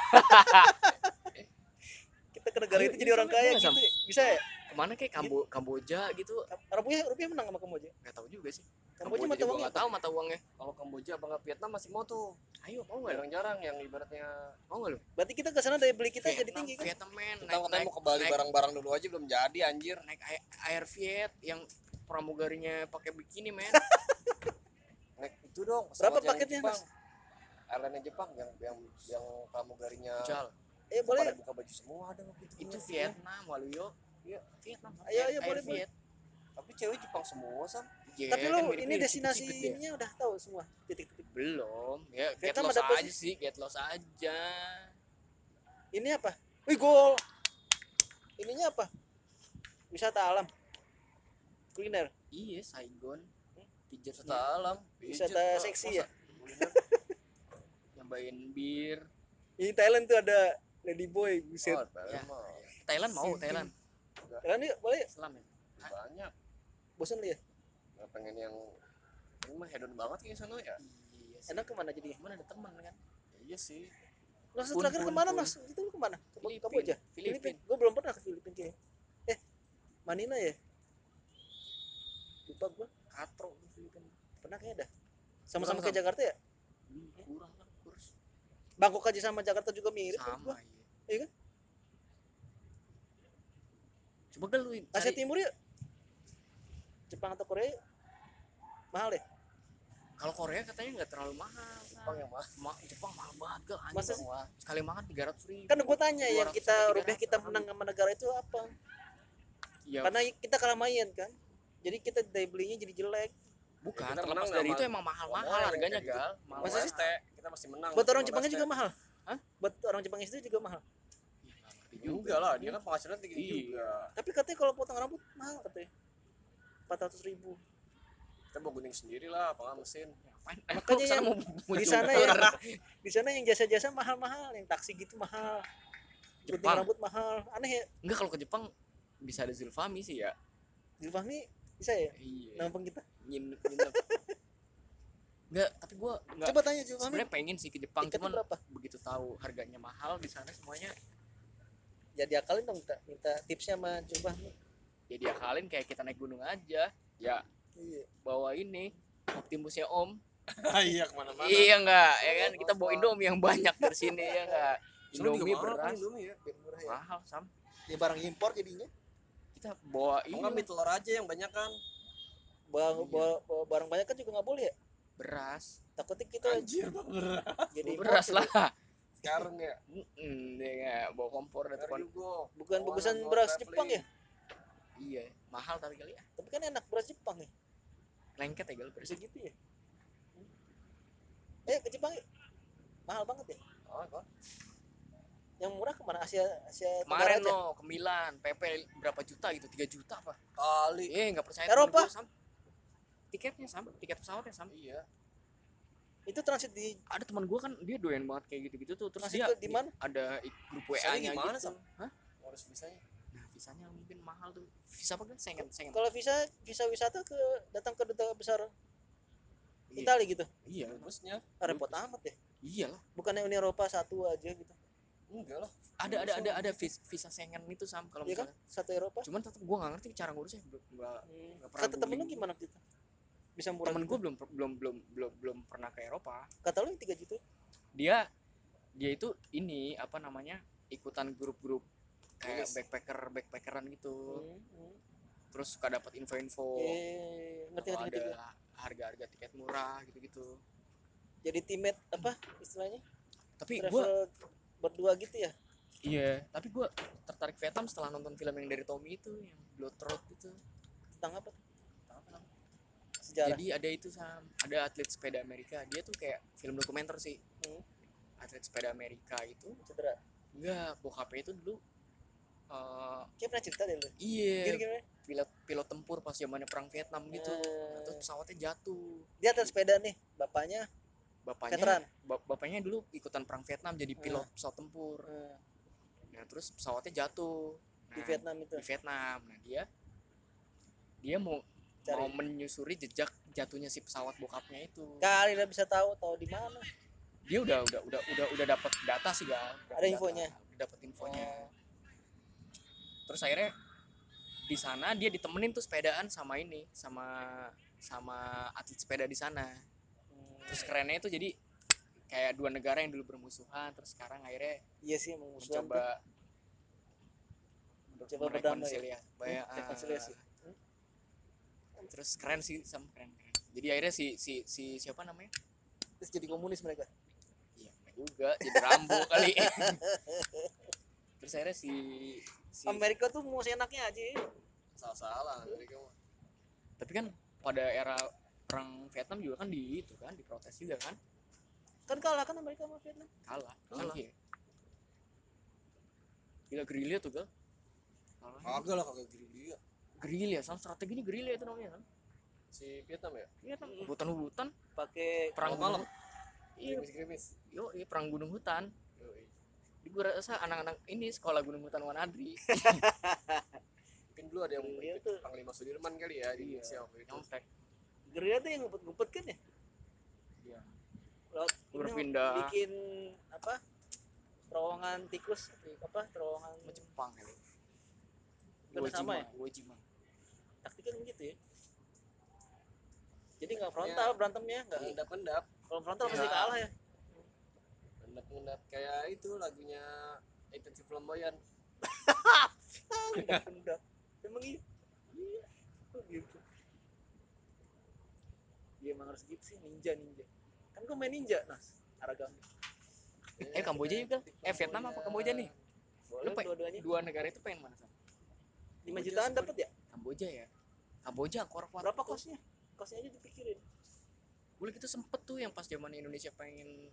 A: Kita ke negara
C: Ayo,
A: itu
C: iya,
A: jadi orang
C: Sam,
A: kaya
C: boleh, Sam.
A: gitu. Bisa ya?
C: Kemana kayak Kambo Kamboja gitu?
A: Rupiah rupiah menang sama Kamboja.
C: Nggak tahu juga sih.
A: Kamboja
C: Kamboja
A: mata
C: juga
A: uangnya
C: nggak
A: apa?
C: tahu mata uangnya.
B: Kalau Kamboja apa nggak Vietnam masih mau tuh.
C: Ayo mau nggak? Lu?
B: Jarang-jarang yang ibaratnya
C: Mau nggak lu?
A: Berarti kita ke sana daya beli kita jadi
C: Vietnam,
A: tinggi kan?
C: Vietnam men.
B: kita
C: Naik,
B: katanya
C: naik,
B: mau ke Bali
C: naik,
B: barang-barang dulu aja belum jadi anjir.
C: naik Air- Air Viet yang pramugarinya pakai bikini men.
B: Naik itu dong
A: Berapa
B: pesawat yang
A: paketnya,
B: Jepang.
A: Mas?
B: Airline Jepang yang yang yang pramugarinya
C: Jal.
A: Eh
B: kok pada
A: boleh.
B: buka baju semua ada waktu itu.
C: Itu
B: lihat videonya.
C: Vietnam Waluyo.
B: Iya.
C: Vietnam. Sam.
A: Ayo,
C: Air,
A: ayo,
C: Air
A: boleh, boleh.
C: Viet.
B: Tapi cewek Jepang semua sam.
C: Iya,
A: Tapi lu
C: kan
A: ini
C: mirip-mirip,
A: destinasi
C: cipit-cipit dia.
A: ininya udah tahu semua titik-titik.
C: Belum. Ya get
A: Vietnam
C: lost
A: ada apa
C: aja
A: sih?
C: sih, get lost aja.
A: Ini apa? Wih gol. Ininya apa? Wisata alam. Kuliner.
C: Iya, Saigon. Pijet
B: Wisata alam.
A: Wisata
B: Pijet,
A: seksi
B: masa
A: ya?
B: kuliner?
C: Nyobain bir.
A: Di Thailand tuh ada Lady Boy, buset.
B: Oh,
C: Ya,
B: Thailand mah
C: Thailand mau Thailand.
A: Thailand yuk, boleh yuk.
C: Islam ya.
B: banyak.
A: Bosan lu ya?
B: Nggak pengen yang ini mah hedon banget kayak sana ya.
C: Iya sih.
A: Enak kemana jadi?
C: Cuman ada temen kan.
B: Ya, iya sih.
A: Mas
C: Pun,
A: terakhir
C: pun,
A: kemana
C: pun.
A: mas? Itu lu kemana? Ke
C: Filipin,
A: Kamboja?
C: Filipin.
A: Gue belum pernah ke Filipina kayaknya. Eh, Manila ya? Lupa gue.
C: Katro di Filipin.
A: Pernah kayaknya dah. Sama-sama
C: Kurang,
A: kayak
C: Sam.
A: Jakarta ya?
C: Hmm, kurang lah kurs.
A: Bangkok aja sama Jakarta juga mirip menurut
C: Sama
A: gua.
C: iya.
A: Iya kan?
C: Coba kan lu
A: Asia
C: cari.
A: Timur ya? Jepang atau Korea mahal ya?
C: Kalau Korea katanya nggak terlalu mahal.
B: Jepang yang mah.
C: Ma Jepang mahal banget gal.
A: Masa
C: Anjing
A: sih?
C: wah. Sekali makan tiga ratus ribu.
A: Kan gue tanya yang
C: dua ratus
A: kita
C: sampai
A: rupiah
C: tiga ratus.
A: kita menang sama negara itu apa?
C: Ya,
A: Karena kita kalah main kan. Jadi kita daya belinya jadi jelek.
C: Bukan,
B: Ya, kita
C: terlepas
B: menang
C: dari
B: sama
C: itu emang mahal-mahal
B: Momoy,
C: harganya
B: kayak gitu.
C: gal.
B: Masa
A: Masa
C: Mahal.
A: sih?
B: Mahal. Kita masih menang.
A: Buat orang
B: lima
A: Jepangnya
B: belas
A: juga
B: T.
A: mahal.
C: Hah?
A: Buat orang Jepang itu juga mahal.
C: Ih, nggak ngerti
B: Ya
C: juga.
B: enggak lah, dia kan penghasilan tinggi
C: Iya.
B: juga.
A: Tapi katanya kalau potong rambut mahal katanya. Empat ratus ribu.
B: Kita mau gunting sendiri lah, apa nggak mesin.
C: Ngapain?
A: Makanya
C: Kesana
A: yang
C: mau, mau
A: di sana
C: cukur.
A: ya, di sana yang jasa-jasa mahal-mahal, yang taksi gitu mahal, gunting
C: Jepang.
A: rambut mahal, aneh ya.
C: Enggak, kalau ke Jepang bisa ada Zulfami sih ya.
A: Zulfahmi bisa ya
C: Iya.
A: nampung kita.
C: Nyin- Nginep. Enggak, tapi gua enggak.
A: Coba tanya Zulfahmi,
C: Sebenarnya pengen sih ke Jepang,
A: tiketnya
C: cuman
A: berapa?
C: begitu tahu harganya mahal di sana semuanya
A: Ya diakalin dong, minta, minta tipsnya sama Zulfahmi.
C: ya diakalin kayak kita naik gunung aja. Ya
A: Iya.
C: bawa ini Optimusnya Om.
B: Iya kemana-mana.
C: Iya enggak, ya kan kita bawa
B: Apa?
C: Indomie yang banyak dari sini ya enggak.
B: Soalnya juga
C: Indomie
B: mahal kan
C: beras
B: Indomie ya.
A: Biar murah ya.
C: mahal sam.
A: Dia barang impor jadinya.
C: Kita bawa
B: Kalau
C: ini
B: nggak mie telur aja yang banyak kan.
A: Bawa,
C: Iya.
A: bawa, bawa barang banyak kan juga nggak boleh ya.
C: beras.
A: Takutnya kita
B: Anjir berat.
A: jadi
C: Bawa
A: impor
C: beras
A: tuh.
C: lah.
B: Sekarang ya.
C: Mm, dia enggak bawa kompor dan
B: Sekarang juga.
A: Bukan
B: Bawa
A: bagusan
B: anak
A: beras
B: gua
A: Jepang ya.
C: Iya, mahal tapi kali ya.
A: Tapi kan enak beras Jepang ya.
C: Lengket ya gal beras.
A: Bisa gitu ya. Eh ke Jepang ya? Mahal banget ya.
B: Oh, apa?
A: Yang murah kemana? Asia Asia Tenggara
C: Kemarin
A: aja.
C: no ke Milan, P P berapa juta gitu, tiga juta apa?
B: Kali.
C: Eh, enggak percaya temen
A: Eropa?
C: gua sam. Tiketnya sam, tiket pesawatnya sam.
B: Iya.
A: Itu transit di
C: Ada teman gua kan dia doyan banget kayak gitu-gitu tuh, terus
A: transit
C: dia
A: ke di mana?
C: ada ik- grup
B: Visanya
C: W A-nya
B: gimana,
C: gitu.
B: Sam?
C: Hah?
B: Harus bisanya.
C: Nah, visanya mungkin mahal tuh. Visa apa kan? Sengen, sengen.
A: Kalau visa visa wisata ke datang ke duta besar
C: Iya.
A: Italia gitu.
C: Iya.
B: Bagusnya.
A: Ah, repot
C: Bagus.
A: amat ya.
C: Iyalah.
A: Bukannya Uni Eropa satu aja gitu.
B: Enggak lah.
C: Ada ada ada ada vis- visa Schengen itu sam kalau
A: Iya kan?
C: misalnya.
A: Satu Eropa.
C: Cuman tetap gua nggak ngerti cara ngurusnya, enggak enggak
A: Hmm.
C: nggak pernah
A: Kata temen lu
C: googling.
A: gimana gitu? Bisa murah
C: Temen
A: gitu.
C: gua belum belum belum belum belum pernah ke Eropa.
A: Kata lu yang tiga juta.
C: Dia dia itu ini apa namanya? Ikutan grup-grup kayak
B: Tulis.
C: backpacker backpackeran gitu.
A: Hmm. hmm.
C: Terus suka dapat info-info
A: Eh, ngerti
C: kalau
A: ngerti
C: ada
A: ngerti.
C: harga-harga tiket murah gitu-gitu.
A: Jadi teammate apa istilahnya?
C: Tapi gua
A: Travel berdua gitu ya.
C: iya, tapi gua tertarik Vietnam setelah nonton film yang dari Tommy itu yang Blood Road itu.
A: Tentang apa tuh?
C: Tahu kan?
A: Sejarah.
C: Jadi ada itu sam, ada atlet sepeda Amerika. Dia tuh kayak film dokumenter sih.
A: Hmm.
C: Atlet sepeda Amerika itu
A: Cedera.
C: enggak, bokapnya itu dulu eh
A: Kayak pernah cerita deh lu.
C: iya,
A: Gimana gimana?
C: pilot pilot tempur pas zamannya perang Vietnam gitu. Nah, terus
A: Eh,
C: pesawatnya jatuh.
A: dia atas sepeda nih, bapaknya
C: Bapaknya
A: veteran.
C: ba- bapaknya dulu ikutan perang Vietnam jadi pilot
A: Eh,
C: pesawat tempur.
A: eh,
C: Nah, terus pesawatnya jatuh. Nah,
A: di Vietnam itu.
C: di Vietnam. Nah, dia dia mau mau
A: Cari.
C: menyusuri jejak jatuhnya si pesawat bokapnya itu.
A: Kali udah bisa tahu tahu di mana.
C: Dia udah udah udah udah udah dapat data sih gal.
A: Ada infonya.
C: Udah dapat infonya.
A: Oh.
C: Terus akhirnya di sana dia ditemenin tuh sepedaan sama ini, sama sama atlet sepeda di sana.
A: Hmm.
C: Terus kerennya itu jadi kayak dua negara yang dulu bermusuhan terus sekarang akhirnya
A: Iya sih emang musuhan tuh.
C: mencoba untuk
A: Coba berdamai ya.
C: merekonsiliasi.
A: Hmm, rekonsiliasi. Hmm.
C: Terus keren sih sama keren keren. Jadi akhirnya si si si siapa namanya?
A: Terus jadi komunis mereka.
C: Iya, enggak juga jadi Rambo kali. Terus akhirnya si si
A: Amerika tuh mau seenaknya aja.
B: Salah-salah Amerika mah.
C: tapi kan pada era perang Vietnam juga kan di itu kan diprotes juga kan
A: Kan kalah kan Amerika sama Vietnam.
C: kalah
B: Kalah.
C: iya gila gerilya tuh gal kalah
B: Kagak lah kagak gerilya.
C: gerilya sama strategi ini gerilya itu namanya kan
B: Si Vietnam ya?
C: Vietnam hutan-hutan
A: Pakai
C: perang
B: malam.
C: gunung iya
B: Gerimis-gerimis.
C: yo iya perang gunung hutan
B: Yoi.
C: di gua rasa anak-anak ini sekolah gunung hutan Wanadri
B: Mungkin dulu ada yang
A: gerilya
B: ikut
A: tuh.
B: Panglima Sudirman kali ya di
C: iya
B: Indonesia waktu itu.
C: nyontek
A: Gerilya tuh yang ngumpet-ngumpet kan ya.
C: iya
A: Laut ini
C: berpindah
A: bikin apa? Terowongan tikus apa? Terowongan
C: sama Jepang kali
A: bukan
C: Iwo
A: sama
C: Jima
A: ya.
C: Iwo Jima
A: Taktiknya kan gitu ya. Jadi nggak
B: Ya,
A: frontal berantemnya, nggak.
B: mengendap-endap.
A: Kalau frontal pasti
B: Ya.
A: kalah ya.
B: Mengendap-mengendap kayak itu lagunya Intensif Flamboyan.
A: Endap-endap. Emang iya. Iya. Kok gitu. Dia emang harus gitu sih ninja ninja. Kan gue main ninja, Nas. Aragami.
C: eh Kamboja juga eh Vietnam apa Kamboja nih lu
A: Boleh
C: pe-
A: dua-duanya.
C: dua negara itu pengen mana sama
A: lima jutaan dapat ya?
C: Kamboja ya Kamboja Angkor Wat
A: Berapa
C: itu
A: kosnya? kosnya aja dipikirin.
C: Boleh kita sempet tuh yang pas zaman Indonesia pengen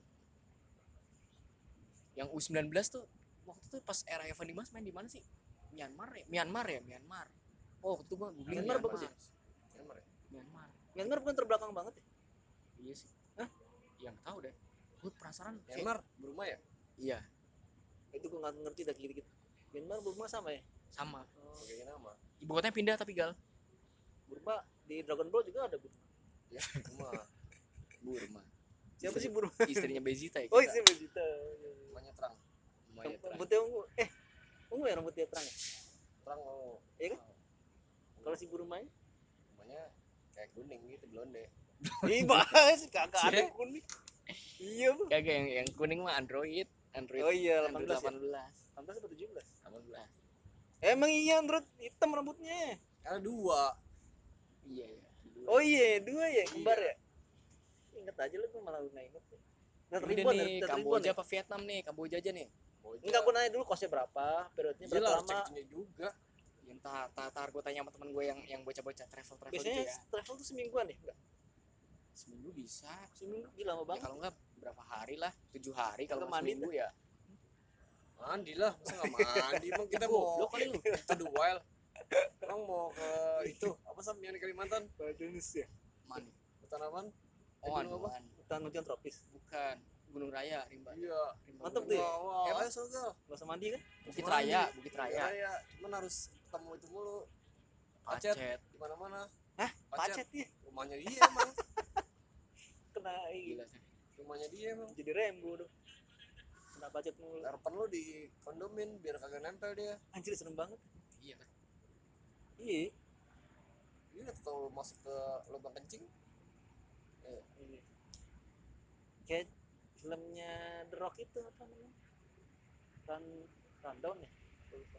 C: yang U sembilan belas tuh, waktu itu pas era Evan Dimas main di mana sih? Myanmar ya? Myanmar ya, Myanmar. Oh, waktu itu gua googling
A: Myanmar
C: Myanmar.
A: bagus ya?
B: Myanmar ya?
C: Myanmar.
A: Myanmar bukan terbelakang banget ya?
C: Iya sih.
A: Hah?
C: Yang tahu deh. Gue penasaran kayak
B: Myanmar berumah ya?
C: iya,
A: Itu gue nggak ngerti dah gitu-gitu. Myanmar Burma sama ya?
C: sama.
A: Oh,
B: Pakai nama.
C: Ibu kotanya pindah tapi gal.
A: Burma di Dragon Ball juga ada Burma.
B: Ya, rumah.
C: Burma.
A: Siapa
C: Istri-
A: sih Burma?
C: Istrinya Bezita ya
A: Oh,
C: kita.
A: isi Vegeta.
B: Rumahnya terang.
C: Lumayan terang.
A: Rambutnya ungu. Eh, ungu ya rambutnya terang ya?
B: Terang oh.
A: Iya kan?
B: Oh.
A: Kalau si Burmanya?
B: Rumahnya kayak kuning gitu, blonde.
A: Ih, bahas kagak ada
C: Cie.
A: kuning. Iya, Bu.
C: Kagak yang yang kuning mah Android. Android.
A: Oh iya,
C: Android
A: delapan belas ya?
C: delapan belas.
A: delapan belas atau tujuh belas?
C: delapan belas.
A: Emang iya Android hitam rambutnya.
B: Karena dua.
C: Iya ya.
A: Oh iya, dua ya, kembar
B: Iya.
A: ya. Ingat aja lu, gue malah nggak inget. Net
C: Udah
A: ribuan,
C: nih,
A: net ribuan
C: Kamboja
A: ya?
C: apa Vietnam nih? Kamboja aja nih.
B: Boja.
A: Enggak, gue nanya dulu kosnya berapa, periodenya
B: Iya
A: berapa
B: lah,
A: lama.
B: cek juga.
C: Yang tar tar, tar gue tanya sama temen gue yang yang bocah-bocah travel travel gitu
A: Biasanya
C: ya.
A: travel tuh semingguan ya? Enggak,
C: Seminggu bisa.
A: seminggu gila lama
C: Ya
A: banget.
C: kalau enggak berapa hari lah? Tujuh hari kalau
A: Kagak
C: nggak
A: mandi
C: seminggu
A: tuh.
C: ya.
B: Mandi lah, masa nggak mandi? Emang kita mau
C: Goblok kali lu.
B: itu the wild. Emang mau ke itu apa sam yang di Kalimantan?
A: Bagus ya.
C: Mana?
B: Hutan apaan? Eh,
C: Oh,
B: gunung apa?
C: anuan.
A: Hutan hujan tropis.
C: Bukan. Gunung Raya, Rimba.
B: Iya.
C: Rimba
A: Mantap
C: Gunung
A: tuh ya.
C: Raya.
B: Wah,
A: Eh, apa?
B: ayo Sogal.
A: Gak usah mandi kan?
C: Bukit
B: Mandi.
C: Raya, Bukit
B: Iya,
C: Raya.
B: Raya. Cuman harus ketemu itu mulu. Pacet.
C: Pacet.
B: Di mana-mana.
A: Hah?
B: Pacet.
A: Pacet ya?
B: Rumahnya dia emang.
A: Kena
C: Gila sih.
B: Rumahnya dia emang.
A: jadi Rembo dong. Kena pacet mulu.
B: Harapan lu di kondomin biar kagak nempel dia.
A: Anjir serem banget.
C: Iya kan.
A: Iya.
B: Dia udah tahu masuk ke lubang kencing. Eh,
A: Iya. Kayak filmnya The Rock itu apa namanya? Run Rundown ya? Lupa.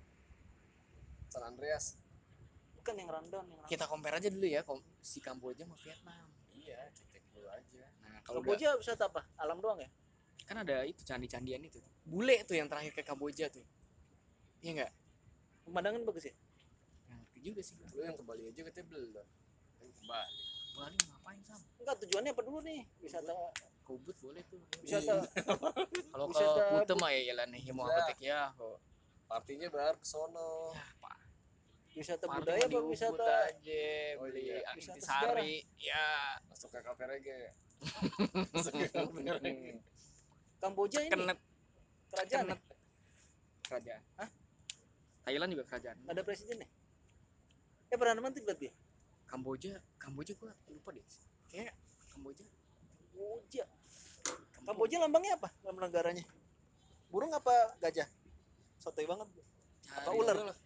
B: San Andreas.
A: Bukan yang Rundown, yang
C: Kita compare aja dulu ya kom- si Kamboja sama Vietnam.
B: Iya, cek dulu aja.
C: Nah, kalau udah
A: Kamboja wisata apa? Alam doang ya?
C: kan ada itu candi-candian itu. Bule tuh yang terakhir ke Kamboja tuh. Iya enggak?
A: Pemandangan bagus ya?
C: Nggak ngerti juga sih gua.
B: Lu yang ke Bali aja katanya belum. Yang ke Bali.
C: Bali ngapain sam?
A: Enggak, tujuannya apa dulu nih? Wisata
C: Ke Ubud boleh tuh.
A: wisata
C: Kalau ke
A: wisata
C: Kuta
A: bu-
C: mah ya yalah nih mau
B: Iya.
C: petek ya. kok.
B: Partinya bar ke sono.
C: Ya, Pak.
A: wisata
C: Party
A: budaya
C: mah di
A: apa
C: Ubud
A: wisata
C: aja,
B: Oh
C: beli
B: iya.
C: angin
A: Wisata
C: sari. Ya.
B: Masuk ke kafe reggae. Masuk ke kafe reggae.
A: Kamboja ini
C: Cekenet,
A: kerajaan ya?
C: cekenet. Kerajaan.
A: Hah?
C: Thailand juga kerajaan.
A: Nggak ada presiden ya? Eh perdana menteri berarti ya?
C: Kamboja, Kamboja gua lupa deh. Kayak Kamboja.
A: Kamboja. Kamboja lambangnya apa? Lambang negaranya? Burung apa gajah? Sotoy banget. Apa
C: Cari
A: ular?
B: Lah.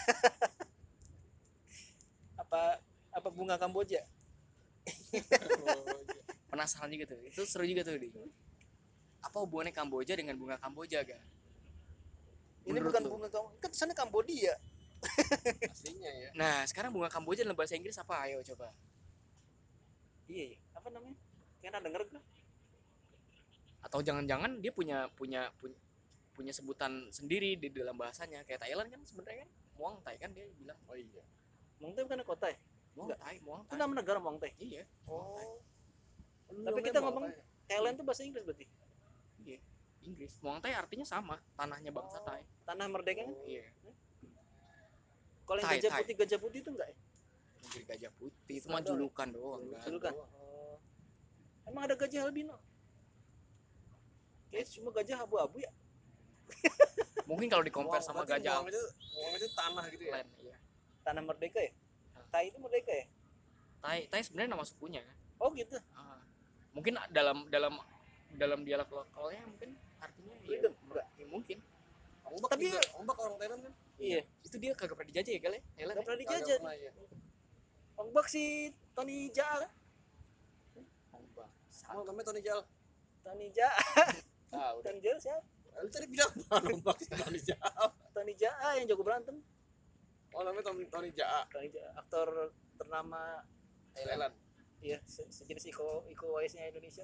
A: Apa apa bunga Kamboja?
C: Kamboja. Penasaran juga tuh. Itu seru juga tuh, Di. Apa hubungannya Kamboja dengan bunga Kamboja, ga?
A: Ini
C: Menurut
A: bukan
C: lu?
A: bunga Kamboja, kan sana Kambodia.
B: Aslinya ya.
C: Nah, sekarang bunga Kamboja dalam bahasa Inggris apa? Ayo coba.
A: Iya, iya. Apa namanya? Kayaknya denger gue.
C: Atau jangan-jangan dia punya punya punya punya sebutan sendiri di dalam bahasanya. Kayak Thailand kan sebenarnya kan Muang Thai kan dia bilang.
B: Oh iya.
A: Mongtai bukan kota ya?
C: Muang
A: Enggak.
C: Thai, Muang
A: Itu
C: Thai.
A: nama negara Mongtai.
C: Iya, Muang Thai.
A: Oh.
B: Lu
A: Tapi
B: namanya
A: kita
B: mau
A: ngomong
B: apa ya?
A: Thailand tuh bahasa Inggris berarti.
C: Iya, Inggris. Muang Thai artinya sama, tanahnya bangsa Thai.
A: Tanah merdeka kan?
C: Iya.
A: Kalau yang
C: Thai,
A: gajah
C: Thai.
A: putih gajah putih itu enggak ya?
C: Jadi gajah putih itu
A: Istilah
C: mah
A: doang ya?
C: julukan doang,
B: Julukan.
C: kan.
A: Julukan.
B: doang.
A: Oh. Emang ada gajah albino? Kayaknya cuma gajah abu-abu ya.
C: Mungkin kalau di compare
B: Muang,
C: sama
B: berarti
C: gajah
B: Muang itu, Muang itu tanah gitu ya.
C: land, iya.
A: Tanah merdeka ya? Thai itu merdeka ya?
C: Thai, Thai sebenarnya nama sukunya.
A: Oh gitu.
C: Ah. Mungkin dalam dalam dalam dialog lokalnya mungkin artinya ya,
A: Freedom enggak?
C: ya mungkin.
B: Ombak
A: Tapi-
B: juga, Ombak orang Thailand kan?
A: Iya.
C: Itu dia kagak pernah dijajah ya kali? Thailand.
A: Enggak
C: Ya?
A: pernah
B: Kagak
A: dijajah.
B: pernah ya.
A: Ombak si Tony Jaa kan?
C: Ombak.
B: Oh, namanya Tony Jal.
A: Tony Jaa.
C: Ah, udah.
A: Tony Jaa siapa?
B: Eh, Lu tadi bilang apa Ombak si Tony Jal?
A: Tony Jaa yang jago berantem.
B: Oh, namanya Tony, Tony Jaa.
A: Tony Jaa, aktor ternama
B: Thailand.
A: iya se- sejenis Iko Iko Uwais-nya Indonesia.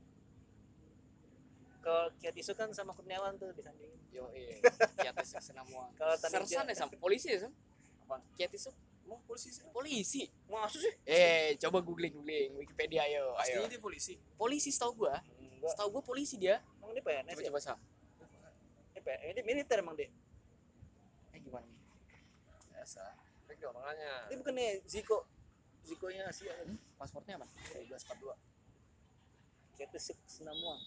A: Kalau Kiat Isu kan sama Kurniawan tuh disandingin.
C: Yo, iya. Kiat Isuk Senamuang.
A: Kalau Tani
C: Sersan
A: Ja-
C: ya sama polisi ya, Sam?
B: Apa?
C: Kiat Isuk.
B: Emang polisi sih?
C: Polisi.
A: Masuk sih?
C: Eh, coba googling googling Wikipedia ayo, ayo.
B: Aslinya dia polisi.
C: Polisi setahu gua.
A: Enggak.
C: Setahu gua polisi dia.
A: Emang dia P N S
C: Coba
A: ya?
C: coba Sam.
A: Eh, P- eh, dia militer emang dia.
C: Eh gimana nih?
B: Biasa. Baik dong makanya.
A: Dia bukannya Ziko. Zikonya Asia kan?
C: Hmm? Pasportnya apa?
B: seribu sembilan ratus empat puluh dua.
A: Ketesuk Senamuang.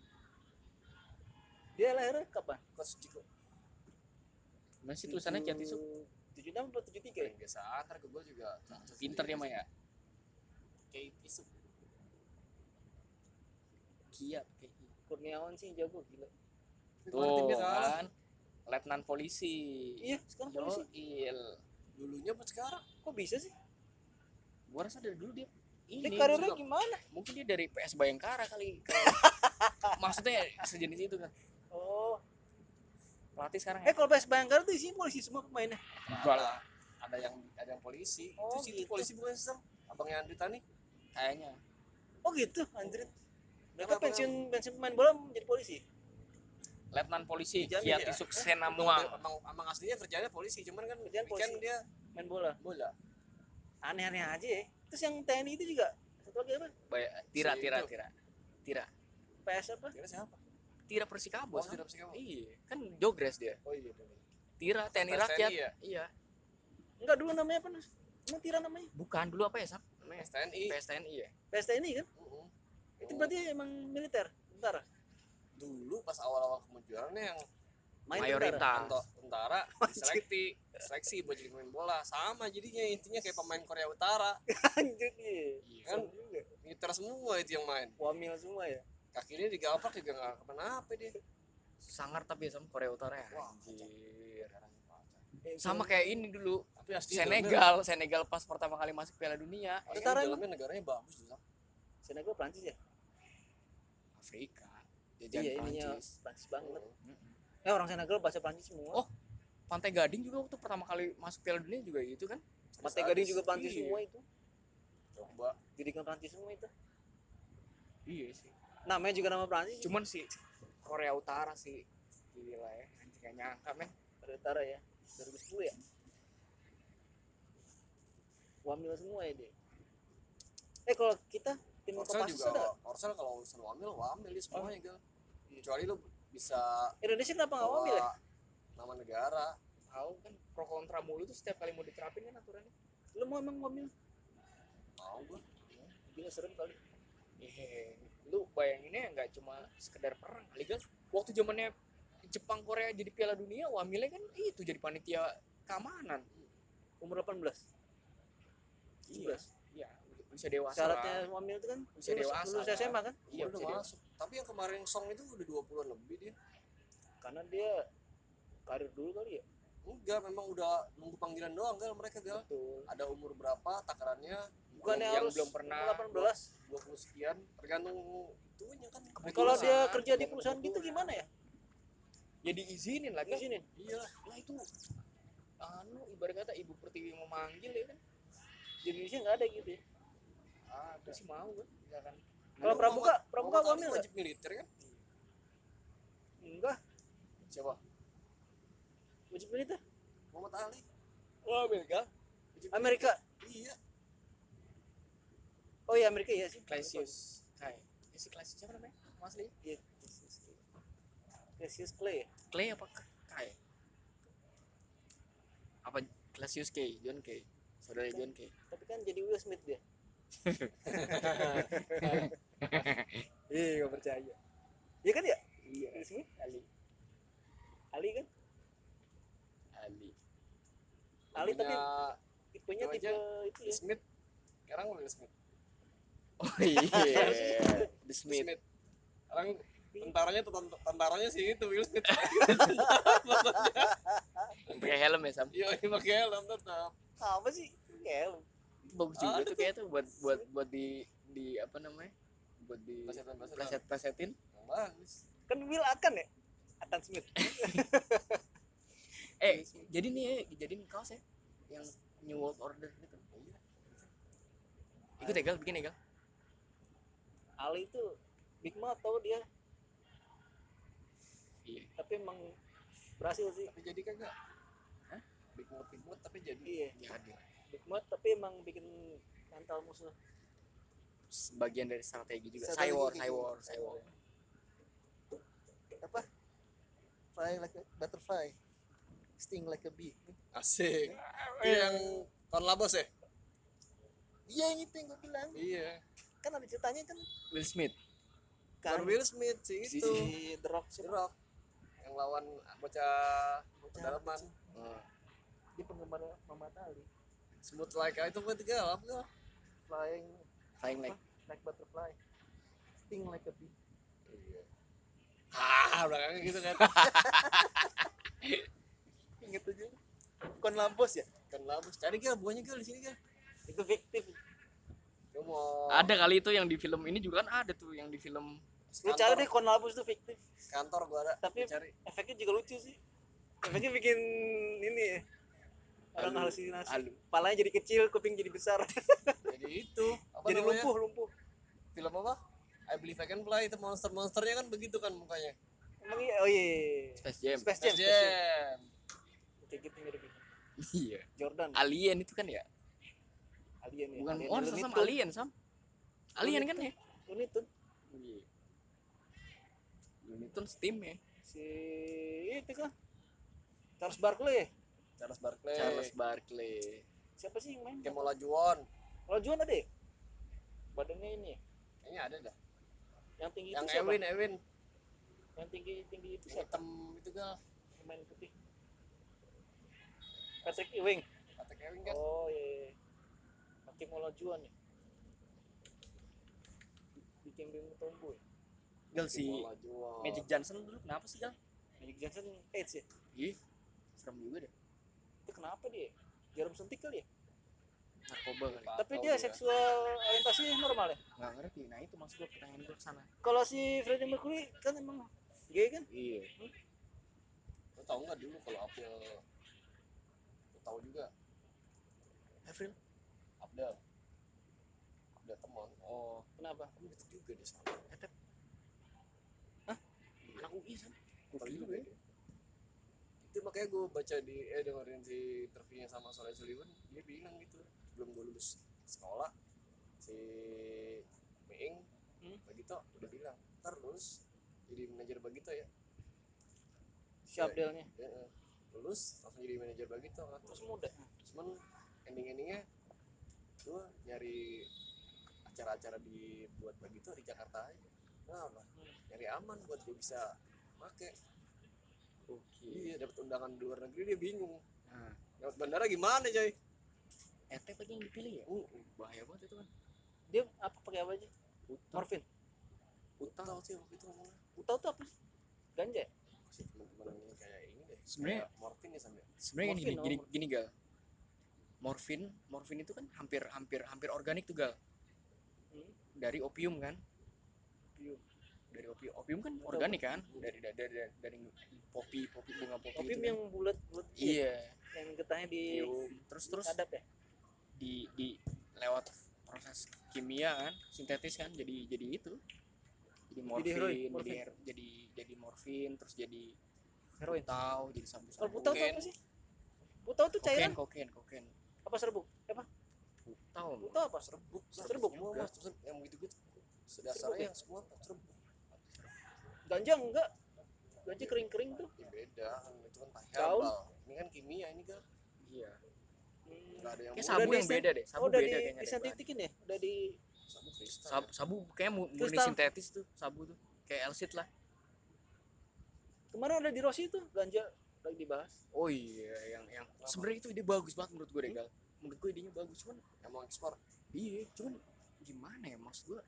A: Dia lahirnya kapan?
B: Kos Ciko.
C: Masih tulisannya Kiatisuk.
A: tujuh enam atau tujuh tiga ya?
B: Paling biasa antar ke gua juga.
C: Pinter dia mah ya. Kiatisuk. Kiat kayak gitu.
A: Kurniawan sih jago gila.
B: Kemarin timnya
C: Tuh
B: kalah.
C: kan. Letnan polisi.
A: Iya, sekarang polisi.
C: Yoil.
B: Dulunya apa sekarang?
A: Kok bisa sih?
C: Gua rasa dari dulu dia
A: Dia
C: ini
A: karirnya
C: mungkin,
A: gimana?
C: mungkin dia dari P S Bayangkara kali. Maksudnya sejenis itu kan.
A: Oh.
C: Pelatih sekarang
A: Eh
C: ya.
A: kalau P S Bayangkara tuh isinya polisi semua pemainnya.
C: Enggak lah.
B: Ada yang ada yang polisi.
A: Oh,
B: itu situ
A: gitu.
B: polisi bukan sih? Abangnya Andri Tani.
C: Kayaknya.
A: Oh gitu, anjir. Mereka
B: Kenapa,
A: pensiun pensiun pemain bola menjadi polisi.
C: Letnan polisi
A: Dijamin ya?
C: Kiatisuk
A: Hah?
C: Senamuang.
B: Emang, emang aslinya kerjanya polisi, cuman kan
A: Kerjaan
B: weekend
A: polisi.
B: dia
A: Main bola.
B: bola.
A: Aneh-aneh aja ya. Terus yang T N I itu juga satu lagi apa?
C: Bay- Tira,
B: Si
C: tira,
B: itu.
C: tira. Tira.
A: P S apa?
B: Kira siapa?
C: Tira Persikabo.
B: Oh,
C: Sam.
B: Tira Persikabo.
C: Iya, kan jogres dia.
B: Oh iya bener.
C: Tira T N I
B: T N I
C: Rakyat.
B: ya?
C: Iya.
A: Enggak dulu namanya apa? Emang Tira namanya?
C: Bukan dulu apa ya, Sam? Namanya
B: S T N I.
C: P S T N I ya.
A: P S T N I kan?
B: Uh-uh.
A: Itu
B: Oh,
A: berarti emang militer, tentara.
B: dulu pas awal-awal kemunculannya yang
A: Main
C: Mayoritas.
A: tentara.
B: tento- tentara
A: Anjir.
B: diseleksi seleksi buat jadi pemain bola sama jadinya intinya kayak pemain Korea Utara
A: Anjir iya.
C: Iya.
B: kan
A: Serem juga.
B: militer semua itu yang main
A: Wamil semua ya.
B: kakinya digaplak juga nggak kenapa dia.
C: Sangar tapi ya, Sam, Korea Utara ya.
B: Wah,
C: Anjir.
A: Eh,
C: Sama
A: film-
C: kayak ini dulu.
B: tapi asli dalamnya
C: Senegal, Senegal pas pertama kali masuk Piala Dunia.
B: asli
A: Tentara
B: dalamnya negaranya bagus tuh Sam.
A: Senegal Prancis ya?
C: Afrika. Jajahan
A: Iya ininya
C: Prancis.
A: Prancis banget.
C: Mm-mm.
A: Eh orang Senegal bahasa Prancis semua.
C: Oh, Pantai Gading juga waktu pertama kali masuk Piala Dunia juga itu kan.
A: Mate Gading juga Prancis
C: Iya.
A: semua itu.
B: Coba
A: Didikan Prancis semua itu.
C: Iya sih.
A: Namanya juga nama Prancis.
C: Cuman sih Korea Utara sih gila ya. Anjir gak nyangka men.
A: Korea Utara ya. dua ribu sepuluh ya. Wamil semua ya dia. Eh kalau kita tim
B: Korsel
A: Kopassus
B: juga
A: ada.
B: Korsel kalau urusan wamil wamil dia semuanya gal
A: Iya.
B: kecuali lu bisa
A: Indonesia kenapa nggak
B: bawa
A: wamil ya?
B: nama negara.
C: Tahu kan pro kontra mulu tuh setiap kali mau diterapin kan aturannya.
A: Lu mau emang wamil?
B: Tahu gua
A: Gila serem kali.
C: Eh, lu bayanginnya nggak cuma sekedar perang kali kan. Waktu zamannya Jepang Korea jadi Piala Dunia, wamilnya kan itu jadi panitia keamanan.
A: Umur delapan belas.
C: Iya.
A: sebelas.
C: Iya, bisa dewasa
A: Syaratnya
C: lah.
A: wamil itu kan
C: Bisa
A: lulus,
C: dewasa
A: lulus
C: lah.
A: S M A kan?
C: Iya,
B: umur udah
C: bisa dewasa.
B: masuk tapi yang kemarin Song itu udah dua puluhan lebih dia.
A: Karena dia karir dulu kali ya.
B: Enggak, memang udah nunggu panggilan doang gal mereka gal.
C: Betul.
B: Ada umur berapa takarannya
A: Bukannya
C: yang
A: harus
C: belum pernah
A: delapan belas.
B: dua puluh sekian tergantung itunya kan.
A: Kalau
C: Kebetulan,
A: dia kerja di
C: tergantung
A: perusahaan gitu
C: kebetulan.
A: gimana ya?
C: Ya diizinin lah kan.
A: Diizinin?
B: Iyalah.
C: Lah itu anu ibarat kata ibu pertiwi memanggil ya kan.
A: Di Indonesia nggak ada gitu ya.
C: Ada sih mau kan misalkan.
A: Kalau
B: Dulu
A: pramuka,
B: Muhammad-
A: pramuka
B: Muhammad Ali
A: wamil nggak?
B: wajib militer kan?
A: Enggak,
B: Siapa?
A: wajib militer.
B: Muhammad Ali.
C: Oh, Amerika.
B: Wajib
A: Amerika.
B: militer. Iya.
A: Oh iya Amerika ya sih.
C: Clasius. Kai. Ya si Clasius siapa namanya? Mas Lee.
A: Iya. Cassius Clay ya?
C: Clay apa K- Kai? Apa Clasius K, John K. Saudara John K.
A: Tapi kan jadi Will Smith dia. Iya nggak percaya. Iya kan ya?
C: Iya.
A: Will Smith,
C: Ali.
A: Ali kan?
C: Ali.
A: Ali tapi
B: Lagunya
A: tipenya
B: itu
A: tipe
B: aja.
A: itu
B: Will
A: ya.
B: Smith. Sekarang Will Smith.
C: Oh iya.
A: Siapa sih?
C: The
B: Will
C: Smith.
B: Smith. Sekarang tentaranya tuh tent- tentaranya sih itu Will Smith.
C: Pakai helm ya Sam.
B: Iya, ini pakai helm tetap.
A: Apa sih? Ya,
C: Itu bagus juga
B: Ada
C: tuh kayak tuh buat buat buat di di apa namanya? Buat di
B: Plesetan-plesetan.
C: pleset plesetin.
B: Yang bagus.
A: kan Will akan ya? Akan Smith.
C: Eh, jadi nih ya, jadiin kaos ya yang New World Order gitu.
B: Iya.
C: Ikut ya Gal, bikin ya Gal.
A: Ali itu Big Mouth tau dia,
C: Iya.
A: tapi emang berhasil sih.
B: Tapi jadi kagak?
C: Hah?
B: Big mood big mood tapi jadi.
A: Iya.
C: Jadi.
A: big mode tapi emang bikin mental musuh.
C: Sebagian dari strategi juga.
B: Strategi
C: Cywar,
B: kayak
C: Cywar,
B: gitu.
C: Cywar.
B: Apa, fly like a butterfly, sting like a bee. Asik. Itu yang Cornlabos ya? Iya, yang itu yang gue bilang. Iya. Kan ada ceritanya kan.
C: Will Smith.
B: Bukan
A: Kan
B: Will Smith sih
C: Si-
B: itu.
A: si The Rock
B: The
A: siapa?
B: Rock. Yang lawan bocah
A: Bocah
B: pedalaman.
A: kecil.
C: Hmm.
A: Dia penggemar Muhammad Ali.
B: Smooth like itu gue tiga apa enggak?
A: Flying
C: Flying like
A: like butterfly, sting like a bee.
B: Iya. Ah, belakangnya gitu kan.
A: Ingat aja. Cornlabos ya?
B: Cornlabos. Cari kan buahnya kan di sini kan.
A: Itu fiktif.
B: Lu mau
C: ada kali itu yang di film ini juga kan ada tuh yang di film
A: Lu cari deh Cornlabos itu fiktif.
B: kantor gua ada.
A: Tapi
B: Gua cari.
A: efeknya juga lucu sih. Efeknya bikin ini ya. Orang
C: Halu.
A: halusinasi.
C: Halu.
A: Palanya jadi kecil, kuping jadi besar.
B: Jadi itu apa
A: Jadi
B: namanya?
A: lumpuh, lumpuh.
B: Film apa? I Believe I Can Fly, itu monster-monsternya kan begitu kan mukanya.
A: Emang iya, oh iya.
C: Space Jam.
A: Space
B: Space
A: Jam. Space Jam.
B: Jam.
A: Kayak gitu mirip.
C: Iya.
A: Jordan.
C: Alien itu kan ya?
A: Alien ya.
C: Bukan
A: Alien
C: oh
A: Looney
C: sama
A: Tunes.
C: alien sam. Alien kan ya?
A: Looney Tunes.
C: Iya. Looney Tunes tim ya.
A: Si itu kan Charles Barkley.
B: Charles Barkley.
C: Charles Barkley.
A: Siapa sih yang main?
B: Kemola Juwon.
A: Kalau Juan ada ya? Badannya ini ya?
B: Kayaknya ada dah.
A: Yang tinggi
B: Yang
A: itu siapa?
B: Ewin, Ewin.
A: Yang tinggi tinggi itu
B: Yang
A: siapa?
B: hitam itu gal.
A: Yang main putih. Patrick Ewing.
B: Patrick Ewing kan.
A: Oh iya. Hakim Olajuwon ya. Bikin bingung Tombo ya.
C: Gal si
B: Kemola Juwon.
C: Magic Johnson dulu kenapa sih Gal?
A: Magic Johnson AIDS ya.
C: Ih, serem juga deh.
A: Itu kenapa dia? Jarum suntik kali ya?
C: Narkoba kali.
A: Tapi dia seksual orientasi normal ya?
C: Nggak ngerti. Nah itu maksud gue pertanyaan gue kesana.
A: Kalau si Freddie Mercury kan emang gay kan?
C: Iya.
B: Lo tau nggak dulu kalau April? Lo tau juga.
A: Avril.
B: Abdel. Abdel teman.
C: Oh,
A: Kenapa?
B: Kan gitu juga deh sama.
A: Etep.
C: anak U I kan?
B: Tahu
C: Gokil
B: juga
C: juga ya.
B: dia. Itu makanya gue baca di eh dengerin si interviewnya sama Soleh Sullivan, dia bilang gitu sebelum gue lulus sekolah si Meing
A: Hmm?
B: Bagito udah bilang ntar lulus jadi manajer Bagito ya.
A: Si Abdelnya.
B: Ya, ya, lulus langsung jadi manajer Bagito kan.
A: Terus muda.
B: Cuman ending endingnya gue nyari acara-acara di buat Bagito di Jakarta aja. Kenapa?
A: Hmm.
B: Nyari aman buat gue bisa pakai.
C: Oke.
B: Iya, dapat undangan di luar negeri dia bingung.
C: Nah,
B: Lewat bandara gimana, coy?
C: Etep lagi yang dipilih ya?
B: Uh,
C: Bahaya banget itu kan.
A: Dia apa pakai apa aja?
C: Utang.
A: Morfin.
B: Utang
C: Utang.
B: sih waktu itu ngomongnya.
A: Utau tuh apa sih? Ganja ya?
B: Masih teman-teman ini kayak ini deh.
C: Sebenarnya-
B: kayak morfin ya sampai.
C: Sebenarnya gini,
A: Morfin,
C: gini,
A: oh,
C: gini,
A: morfin.
C: gini gal. Morfin, morfin itu kan hampir hampir hampir organik tuh gal.
A: Hmm.
C: Dari opium kan?
A: Opium.
C: Dari opium, opium kan
A: Betul,
C: organik kan? Dari dari dari, dari popi, popi bunga popi
A: Opium
C: itu kan.
A: yang bulat bulat
C: Iya,
A: yang getahnya di
C: opium. Terus terus
A: adap ya?
C: di di lewat proses kimia kan, sintetis kan, jadi jadi itu. Jadi morfin,
A: heroin,
C: jadi
A: morfin.
C: her- jadi jadi morfin, terus jadi
A: Heroin.
C: putau, jadi
A: Kalau
C: sabu-sabu.
A: putau tuh apa sih? Putau tuh
C: Kokain,
A: cairan
C: kokain, kokain.
A: apa serbuk? Apa?
C: Putau.
A: Putau apa?
B: Serbuk,
A: Serbuk.
B: semua
C: juga.
B: mas terus yang begitu-gitu.
A: Serbuk
B: Sedasarnya
A: ya?
B: yang semua serbuk.
A: Ganja enggak? Ganja kering-kering tuh.
B: Ya beda, kan itu kan
A: Daun.
B: herbal. Ini kan kimia ini kan.
C: Iya.
A: Hmm.
B: Enggak ada yang
C: Kayak
B: murni.
C: sabu
A: Udah
C: yang
A: di-
C: beda deh. Sabu
A: oh, udah
C: beda
A: di
C: kayaknya deh.
A: disentitikin ya? Udah di
B: Sabu kristal.
C: Sabu, sabu kayak mu- murni
A: Kristal.
C: sintetis tuh, sabu tuh. Kayak Elsit lah.
A: kemarin ada di Rossi tuh ganja lagi dibahas.
C: Oh iya, yang yang sebenarnya itu ide bagus banget menurut gue deh,
A: Hmm?
C: Gal. Menurut gue idenya bagus, cuman
B: Yang mau ekspor.
C: iya, cuman gimana ya maksud gue?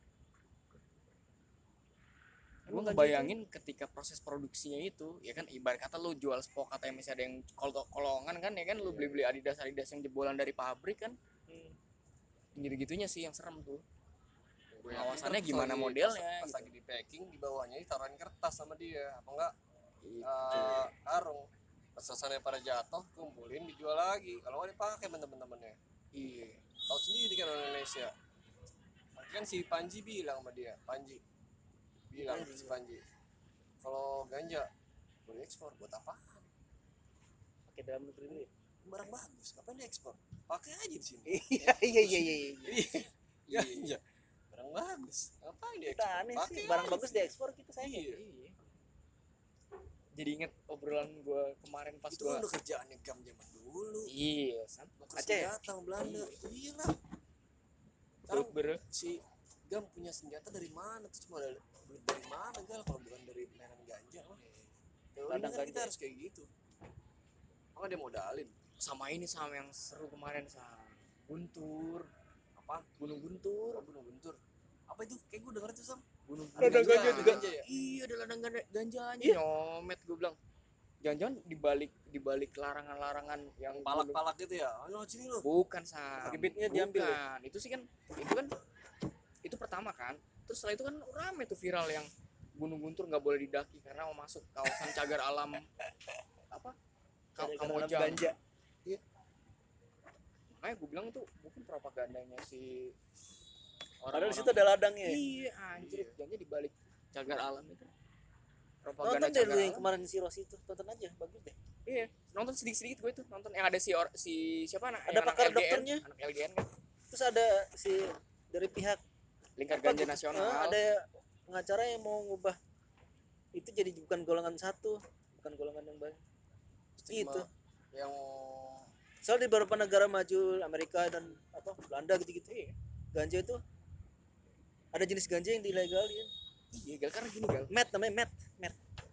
C: Gue
A: Emang ganja
C: ngebayangin ketika proses produksinya itu, ya kan ibarat kata lu jual spok atau misalnya ada yang kol- kolongan kan, ya kan lu
B: Iya.
C: beli-beli Adidas Adidas yang jebolan dari pabrik kan,
A: Hmm.
C: gitu-gitunya sih yang serem tuh.
B: Gue
C: Pengawasannya gimana
B: lagi,
C: modelnya
B: pas, pas
C: gitu.
B: lagi di packing di bawahnya ditaruhin kertas sama dia apa enggak
C: Itu.
B: uh, karung pas selesai pada jatuh kumpulin dijual lagi kalau nggak dipakai temen-temennya.
C: Iya.
B: Tahu sendiri kan orang Indonesia. Makanya kan si Panji bilang sama dia, Panji bilang
A: Panji.
B: si Panji kalau ganja boleh ekspor buat apa,
A: Pakai dalam negeri dulu ya.
B: barang bagus ngapain diekspor. pakai aja di sini.
A: Iya iya iya iya.
B: Iya, iya. Barang bagus. Ngapain dia
A: Kita
B: ekspor?
A: aneh
B: Pakai
A: sih, barang
B: aja
A: bagus
B: sini.
A: diekspor kita sayang.
B: Iya.
C: Iya. Jadi inget obrolan gue kemarin pas
B: Itu
C: gue.
B: kan udah kerjaannya Gam zaman dulu.
C: Iya, Sam.
B: Nuker
A: Aceh ya?
B: senjata sama Belanda.
C: Iya.
B: Iya lah. Sekarang
C: Ber.
B: si Gam punya senjata dari mana tuh, cuma dari, duit dari mana Gal kalau bukan dari mainan ganja mah. Teorinya
A: Ladang
B: kan kita
A: ganja.
B: harus kayak gitu. Maka dia modalin.
C: Sama ini sama yang seru kemarin sama Guntur. Apa? Gunung Guntur.
B: Oh, Gunung Guntur. Apa itu? Kayak gue denger tuh Sam.
C: Gunung
B: Ada
C: Guntur.
B: ganja,
A: ganja
B: ada
A: juga.
B: ganja ya?
C: Iya, ada ladang ganja, ganjanya.
A: Iya.
C: Nyomet gue bilang. Jangan-jangan dibalik dibalik larangan-larangan yang
B: Yang palak-palak gitu ya. Ayo sini lu.
C: bukan Sam.
A: Pakai beatnya diambil ya?
C: Bukan. Itu sih kan itu kan itu pertama kan. Terus setelah itu kan rame tuh viral yang Gunung Guntur nggak boleh didaki karena mau masuk kawasan cagar alam apa Ka-
A: Cagar alam
C: Kamojang.
A: ganja.
C: Iya. Makanya gue bilang itu mungkin propagandanya si
A: Padahal di
C: orang-orang.
A: situ ada ladangnya.
C: Iya anjir,
B: Iya.
C: jangan di balik cagar alam itu. Propaganda
A: Nonton deh lu
C: cagar
A: yang
C: alam.
A: kemarin si Rossi itu, tonton aja, bagus deh.
C: Iya, nonton sedikit-sedikit gue itu, nonton yang ada si or, si siapa anak
A: Ada
C: yang anak
A: pakar
C: L G N,
A: dokternya.
C: anak L G N kan.
A: Terus ada si dari pihak
C: Lingkar
A: apa
C: Ganja
A: gitu,
C: Nasional.
A: eh, ada pengacara yang mau ngubah itu jadi bukan golongan satu, bukan golongan yang baik.
B: Stigma
A: Gitu.
B: yang
A: Soalnya di beberapa negara maju Amerika dan apa Belanda gitu-gitu,
C: Iya.
A: ganja itu ada jenis ganja yang dilegalin.
C: Iya, gal karena gini gal.
A: Met namanya met, met.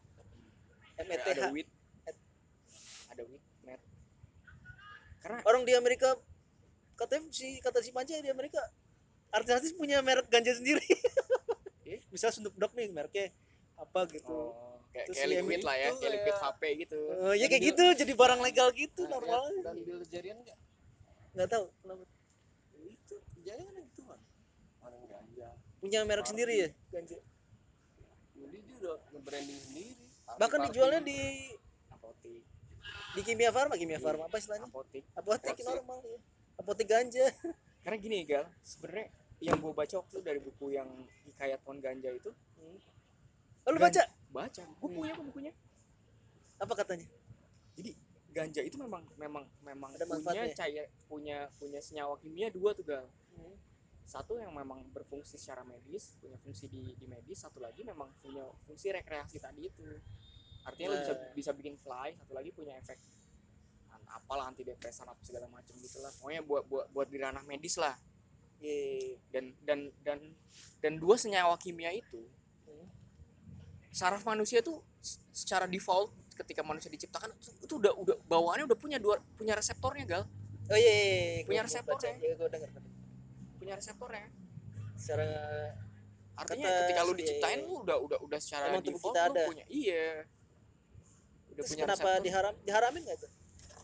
A: M E
C: Ada,
A: T
C: ada
A: H.
C: weed, ada weed, net. Karena
A: Orang di Amerika katanya si kata si Panca di Amerika artis-artis punya merek ganja sendiri.
C: eh,
A: Misal Snoop Dogg nih mereknya apa gitu.
C: oh, kayak
A: Terus
C: kayak
A: si
C: liquid
A: Emi-
C: lah ya,
B: itu
C: kayak liquid
B: kayak-
C: H P gitu.
A: Oh, ya
B: Dan
A: kayak
B: Bill-
A: gitu jadi barang legal gitu
B: Nah,
A: normal.
B: ya, dan Bill Jarian nggak
A: Nggak tahu kenapa.
B: itu kerjanya kan gitu kan, orang ganja
A: Punya merek sendiri ya ganja.
B: jadi dia udah nge-branding sendiri.
A: Bahkan
B: Party-party.
A: dijualnya di
C: Apotik,
A: di Kimia Farma, Kimia
C: Iya.
A: Farma apa istilahnya?
C: apotik.
A: Apotek
B: Apotek.
A: normal ya. Apotek ganja.
C: Karena gini gal, sebenarnya yang gue baca waktu itu dari buku yang Hikayat Pohon Ganja itu.
A: Hmm. Oh, lu
C: gan-
A: baca?
C: Baca, gue
A: Hmm.
C: punya kok bukunya.
A: Apa katanya?
C: Jadi ganja itu memang memang memang
A: Ada
C: punya
A: manfaatnya?
C: cair punya punya senyawa kimia dua tuh gal.
A: Hmm.
C: Satu yang memang berfungsi secara medis, punya fungsi di, di medis. Satu lagi memang punya fungsi rekreasi tadi itu. Artinya lo bisa
A: Nah,
C: bisa bikin fly. Satu lagi punya efek an- apalah antidepresan apa segala macam gitulah. Pokoknya buat buat buat di ranah medis lah.
A: ye.
C: Dan dan dan dan dua senyawa kimia itu
A: Hmm.
C: saraf manusia tuh secara default ketika manusia diciptakan itu, itu udah udah bawaannya udah punya dua punya reseptornya gal.
A: Oh iya, iya, iya.
C: Punya
A: Gua, gua baca,
C: reseptornya.
A: ya gua dengar.
C: Punya reseptornya.
A: Secara
C: Artinya
A: kata
C: ketika lu
A: iya,
C: diciptain
A: iya.
C: lu udah udah udah secara
A: Emang tubuh
C: default
A: kita
C: lu
A: ada.
C: punya iya udah
A: Terus
C: punya
A: kenapa
C: reseptor.
A: diharam diharamin nggak tuh?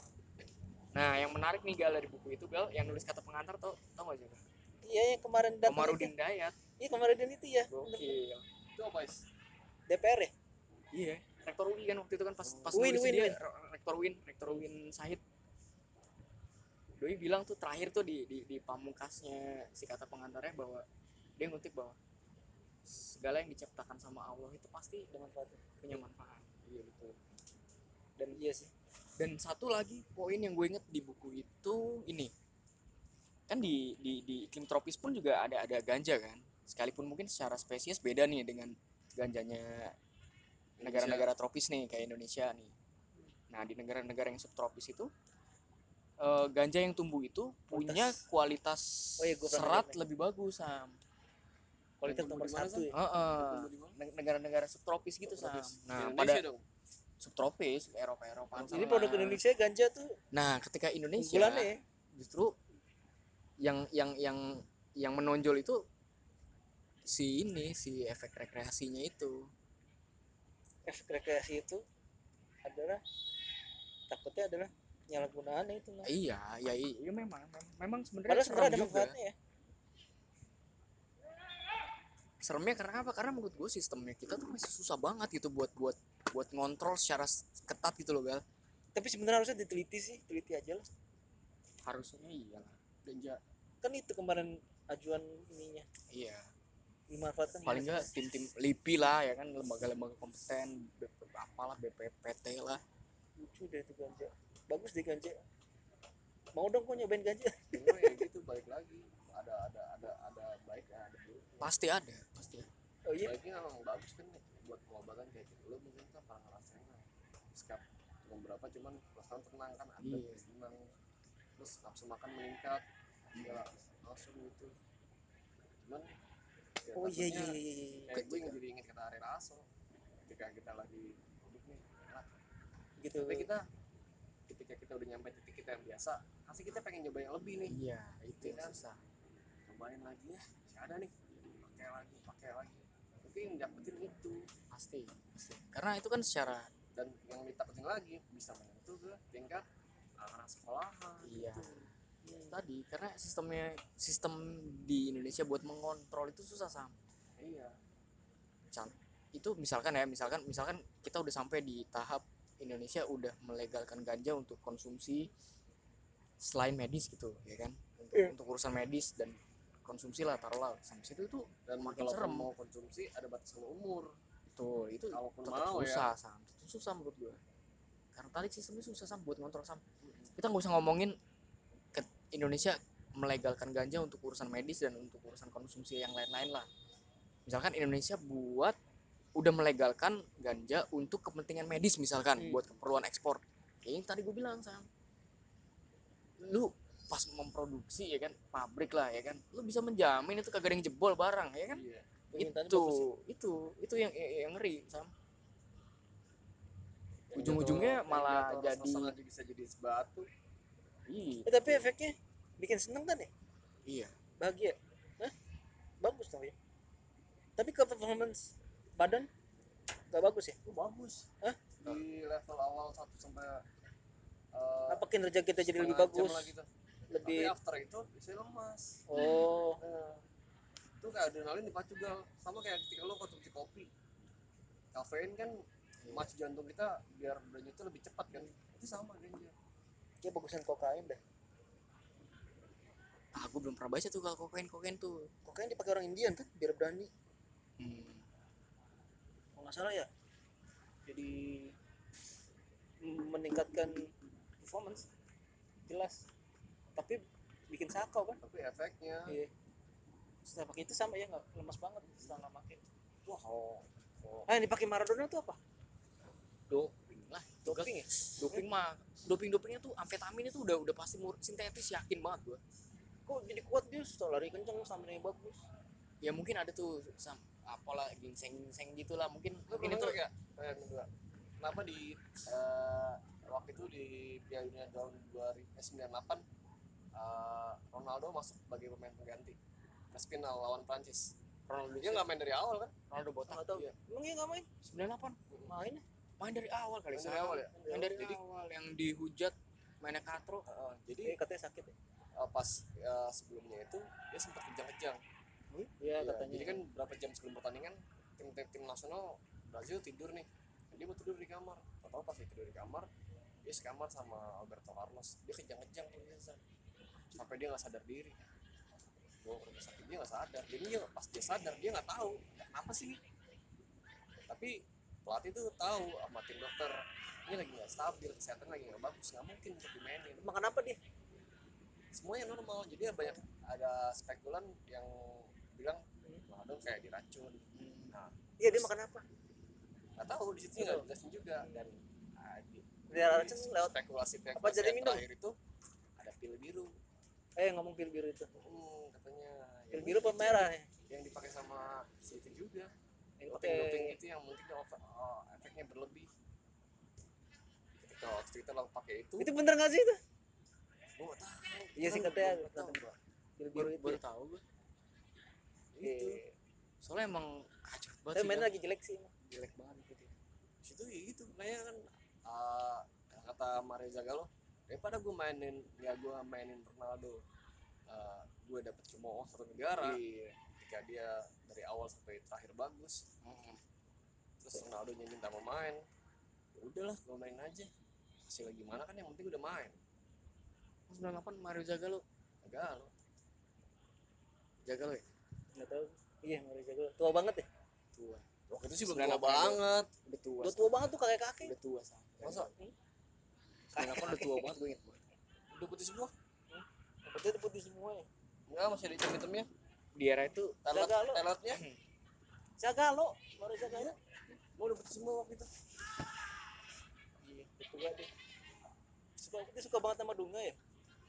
C: Nah yang menarik nih gal dari buku itu gal yang nulis kata pengantar tau tau gak sih gal?
A: Iya yang kemarin datang itu.
C: Komarudin Dayat.
A: Iya kemarin itu ya.
C: Gokil.
B: Itu apa is?
A: D P R ya.
C: Iya rektor U I kan waktu itu kan pas pas
A: Win,
C: nulis
A: win,
C: dia
A: win.
C: rektor Win rektor Win Sahid. Doi bilang tuh terakhir tuh di, di, di pamungkasnya si kata pengantarnya bahwa dia ngutip bahwa segala yang diciptakan sama Allah itu pasti
A: Bermanfaat.
C: punya manfaat. Iya betul. Dan
A: Iya sih.
C: dan satu lagi poin yang gue inget di buku itu ini kan di di di iklim tropis pun juga ada ada ganja kan. Sekalipun mungkin secara spesies beda nih dengan ganjanya negara-negara tropis nih kayak Indonesia nih. Nah di negara-negara yang subtropis itu eh, ganja yang tumbuh itu punya kualitas
A: Oh iya, gua pernah
C: serat
A: lihat nih.
C: lebih bagus Sam.
A: Kualitas
B: Tumbuh
A: nomor
B: di mana,
A: satu
B: Sam?
A: ya.
C: Heeh.
B: Tumbuh di mana?
C: Ne- negara-negara subtropis gitu Sam.
B: Tropis. Di
C: Nah
B: Indonesia
C: pada
B: dong.
C: subtropis Eropa Eropaan
A: Ini
C: sana.
A: produk Indonesia ganja tuh
C: Nah ketika Indonesia
A: unggulannya ya.
C: justru yang yang yang yang menonjol itu si ini si efek rekreasinya itu.
A: Efek rekreasi itu adalah takutnya adalah penyalahgunaannya itu nah.
C: Iya ya iya memang memang, memang sebenarnya
A: Padahal
C: serem
A: sebenarnya ada
C: juga.
A: manfaatnya ya.
C: Seremnya karena apa? Karena menurut gue sistemnya kita tuh masih susah banget gitu buat buat buat ngontrol secara ketat gitu loh gal.
A: Tapi sebenarnya harusnya diteliti sih, teliti aja lah.
C: Harusnya iya lah.
A: Ganja. Kan itu kemarin ajuan ininya
C: Iya.
A: dimanfaatkan
C: Paling
A: gimana
C: enggak
A: sih?
C: tim-tim LIPI lah ya kan lembaga-lembaga kompeten B P, apalah B P P T lah.
A: Lucu deh itu ganja. Bagus deh ganja. mau dong kok nyobain ganja.
B: cuma ya gitu balik lagi ada ada ada ada baiknya ada buruknya.
C: Pasti ada, pasti ada.
A: Oh iya.
B: Baiknya memang bagus kan buat pengobatan kayak gitu lo mungkin kan pernah ngerasain lah skap cuma berapa cuman perasaan tenang kan ada
C: Iya.
B: tenang terus nafsu makan meningkat ya langsung gitu cuman ya
A: Oh iya
B: takutnya
A: iya iya iya.
B: kayak gue
C: Ketika
B: jadi inget kata Ari Lasso ketika kita lagi duduk nih enak
A: Gitu.
B: tapi kita ketika kita udah nyampe titik kita yang biasa pasti kita pengen nyoba yang lebih nih
C: iya itu
B: Iya
C: yang
B: kan?
C: susah.
B: cobain lagi ya masih ada nih pakai lagi pakai lagi tapi yang dapetin itu
C: Pasti, pasti. Karena itu kan secara
B: dan yang ditakutin lagi bisa menyentuh ke tingkat anak sekolahan
C: iya
B: gitu.
C: itu tadi karena sistemnya sistem di Indonesia buat mengontrol itu susah Sam.
B: Iya
C: Can- itu misalkan ya misalkan misalkan kita udah sampai di tahap Indonesia udah melegalkan ganja untuk konsumsi selain medis gitu ya kan untuk
A: Iya.
C: untuk urusan medis dan konsumsi lah taruhlah sampai situ itu
B: dan
C: makin
B: kalaupun
C: serem.
B: mau konsumsi ada batasan umur
C: Betul, itu
B: kalaupun
C: tetap
B: mau ya
C: susah Sam, itu susah menurut gua karena tadi sistemnya susah Sam buat ngontrol Sam. Kita nggak usah ngomongin ke Indonesia melegalkan ganja untuk urusan medis dan untuk urusan konsumsi yang lain-lain lah. Misalkan Indonesia buat udah melegalkan ganja untuk kepentingan medis misalkan
A: Hmm.
C: buat keperluan ekspor. Kayak yang tadi gue bilang Sam. Lu pas memproduksi ya kan pabrik lah ya kan lu bisa menjamin itu kagak ada yang jebol barang ya kan
B: iya
A: Permintaannya
C: itu
A: bagus ya.
C: itu itu yang yang ngeri Sam.
B: yang
C: Ujung-ujungnya
B: jatuh yang
C: malah
B: jatuh
C: jadi
B: ros-rosan aja bisa jadi sebatu
C: iya
A: Eh, tapi efeknya bikin seneng kan ya?
C: iya
A: Bahagia. Hah? Bagus dong ya. Tapi ke performance badan gak bagus ya?
B: itu bagus
A: Hah?
B: di level awal satu sampai uh,
A: Apa kinerja kita jadi lebih
B: setengah jam
A: bagus?
B: lah gitu tapi
A: Lebih
B: after itu bisa lemas
A: oh
B: nah, itu kayak adrenalin dipacu gal sama kayak ketika lo konsumsi kopi kafein kan memacu jantung kita biar berdenyutnya lebih cepat kan itu sama ganja
A: ya bagusan kokain dah.
C: ah gue belum pernah baca tuh kalau kokain kokain tuh
A: Kokain dipakai orang Indian kan biar berani.
C: hmm.
A: Kalau nggak salah ya. Jadi meningkatkan performance jelas. Tapi bikin sakau kan?
B: tapi efeknya
A: Iya. Setelah pakai itu sama ya nggak lemas banget setelah nggak pakai.
B: wah kalau kalau
A: Ah yang dipakai Maradona tuh apa?
C: Doping lah juga
A: Doping ya?
C: doping mah doping dopingnya tuh amfetamin itu udah udah pasti murni sintetis yakin banget gua
A: Kok jadi kuat dia setelah lari kencang stamina bagus.
C: ya mungkin ada tuh sam apalah ginseng ginseng gitulah mungkin
B: lo
C: mungkin
B: pernah
C: itu
B: denger gak kayak enggak kenapa di eh, waktu itu di Piala Dunia tahun dua ribu sembilan puluh delapan eh, Ronaldo masuk sebagai pemain pengganti pas final lawan Prancis
C: Ronaldo
B: dia nggak main dari awal kan
C: Ronaldo botak
A: Nggak tahu.
B: iya
A: Emang iya nggak main?
C: sembilan puluh delapan
A: Main.
C: main dari awal kali
B: main dari
C: Sam.
B: awal ya
C: Main dari
B: jadi
C: awal yang dihujat mainnya katro
B: uh, jadi
A: Eh katanya sakit ya.
B: uh, pas uh, sebelumnya itu dia sempat kejang-kejang
A: Iya
B: iya
A: katanya.
B: jadi kan berapa jam sebelum pertandingan tim tim, tim nasional Brazil tidur nih dia mau tidur di kamar atau pas dia tidur di kamar dia sekamar sama Alberto Carlos dia kejang-kejang tuh dia sampai dia nggak sadar diri bawa ke rumah sakit dia nggak sadar jadi dia pas dia sadar dia nggak tahu kenapa sih tapi pelatih tuh tahu sama tim dokter ini lagi nggak stabil kesehatan lagi nggak bagus nggak mungkin untuk dimainin
A: Emang kenapa dia?
B: semuanya normal jadi banyak ada spekulan yang bilang Ronaldo kayak diracun nah
A: Iya dia
B: terus
A: makan apa?
B: nggak tahu di situ nggak dijelasin juga dan ah, di,
A: Dia
B: di
A: racun lewat
B: spekulasi
A: apa
B: spekulasi
A: jadi
B: yang
A: minum?
B: terakhir itu ada pil biru
A: Eh ngomong pil biru itu.
B: hmm, katanya ya
A: Pil biru
B: mungkin
A: apa
B: itu yang,
A: merah
B: di-
A: ya?
B: yang dipakai sama si itu juga
A: Yang
B: doping
A: pakai
B: doping itu yang mungkin over, oh, efeknya berlebih ketika waktu kita lo pakai itu
A: itu bener nggak sih itu?
B: gue nggak tahu
A: Iya
B: kan
A: sih
B: belum
A: katanya
B: pernah tahu
A: tentang
B: gua
A: pil biru
C: baru
A: itu.
C: baru
A: Ya.
C: tahu gue
B: itu
A: Iya.
C: soalnya emang kacau banget
A: Tapi
C: sih
A: mainnya
C: kan
A: lagi jelek sih.
C: jelek banget gitu
B: situ ya gitu makanya kan uh, kata Mario Zagallo daripada gue mainin ya gue mainin Ronaldo uh, gue dapet cuma satu negara
C: iya
B: ketika dia dari awal sampai terakhir bagus
C: mm.
B: terus Ronaldo nya minta mau main ya udahlah gue main aja hasilnya gimana kan yang penting udah main
C: sembilan puluh delapan Mario Zagallo
B: agak lo
C: Zagallo ya
A: Nggak tahu. Iya Mario Jago. Tua banget ya?
C: tua
B: waktu itu sih belum tua
C: sembilan puluh delapan udah,
B: banget
C: udah tua
A: Udah tua
C: Sam.
A: banget tuh kakek kakek.
C: udah tua Sam.
B: masa
C: sembilan puluh delapan udah tua banget gue inget banget
B: udah putih semua
A: Putih itu putih semua ya.
B: Enggak, masih ada hitam-hitamnya.
C: Diera itu
B: Telet,
A: Zagalo.
B: teletnya.
A: Zagalo, baru Zagalo.
B: Iya. Gua udah putih semua waktu itu.
A: Iya, betul gak deh. Suka dia suka banget sama Dunga ya.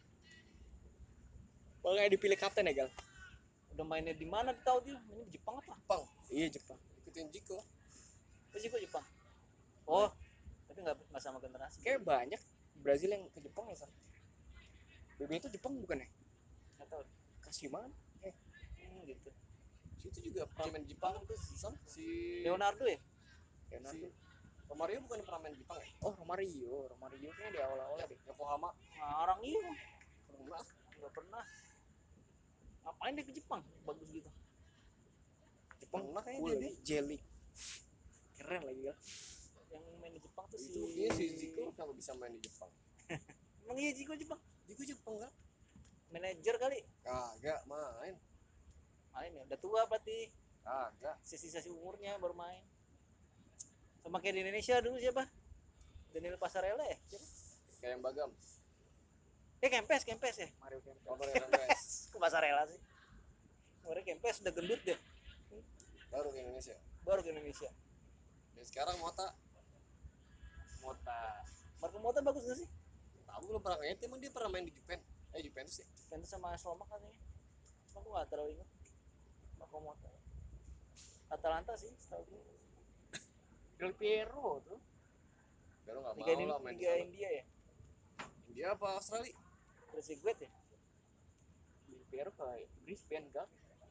C: makanya dipilih kapten ya Gal.
A: Udah mainnya di mana tahu dia? Mainnya di Jepang apa?
B: Jepang.
C: Iya Jepang.
B: Ikutin Jiko.
A: Oh, Jiko Jepang. Oh, tapi nggak nggak sama generasi.
C: Kayak banyak Brazil yang ke Jepang ya Sam. B B itu Jepang bukan ya?
A: Nggak tahu.
C: Kashima kan? Eh,
A: Hmm, gitu.
B: Situ juga pernah main Jepang tuh si Sam, si
A: Leonardo ya?
C: Leonardo.
B: si Romario bukan pernah main Jepang ya?
C: Oh Romario, Romario kayaknya di awal-awal deh.
B: Yokohama.
A: Nah, orang iya
B: Pernah.
A: nggak pernah. Ngapain dia ke Jepang? Bagus gitu.
C: Jepang
B: Pernah kayaknya
C: cool
B: dia,
C: lagi, jelly. Keren lagi Gal.
A: Yang main di Jepang tuh
B: Itu
A: si
B: buktinya si Jiko kenapa bisa main di Jepang?
A: Emang iya Jiko Jepang?
B: Jiko Jepang kan?
A: Manajer kali.
B: Kagak main.
A: Main ya. Udah tua berarti.
B: Kagak.
A: Sisi-sisi umurnya baru main. Sama kayak di Indonesia dulu siapa? Daniel Pasarela ya? Siapa?
B: Kayak yang Bagam.
A: Eh Kempes, Kempes ya?
C: Mario Kempes.
B: Nomor yang Rempes.
A: Ke Pasarela sih. Kemarin Kempes udah gendut deh.
B: Baru ke Indonesia.
A: Baru ke Indonesia.
B: Dan sekarang Mota.
C: Mota.
A: Marco Mota bagus gak sih?
B: Tahu belum pernah ngeliat, emang dia pernah main di Juven. Eh Juventus ya.
A: Juventus sama Slomak katanya. Cuma gue gak terlalu ingat. Marco Mota. Atalanta sih, setahu gue.
C: Del Piero tuh.
B: Baru nggak
A: Liga,
B: mau lah main di
A: Liga
B: sana.
A: India ya?
B: India apa Australia?
A: Persiguet ya?
C: Del Piero ke Brisbane Gal.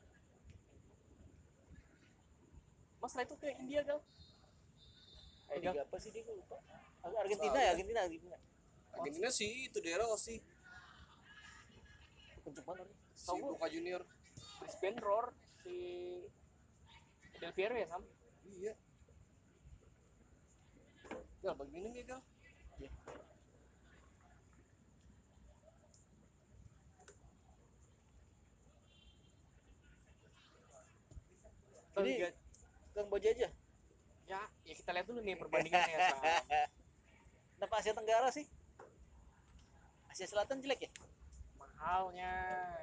C: Mas itu ke India Gal.
A: Eh,
C: Eh, Gal.
A: Liga apa sih dia gue lupa. Argentina
B: Australia.
A: ya, Argentina, Argentina.
B: Argentina sih itu daerah Aussie.
A: Kenceng banget orangnya.
B: Si
A: Tahu gue.
B: Boca Junior.
C: Brisbane Roar si Del Piero ya Sam.
B: Iya. Gal, begini nih Gal.
A: Ya. Jadi,
C: Liga.
A: Kang Boja aja.
C: Ya, ya kita lihat dulu nih perbandingannya Sam.
A: Kenapa Asia Tenggara sih? Asia Selatan jelek ya?
C: Mahalnya.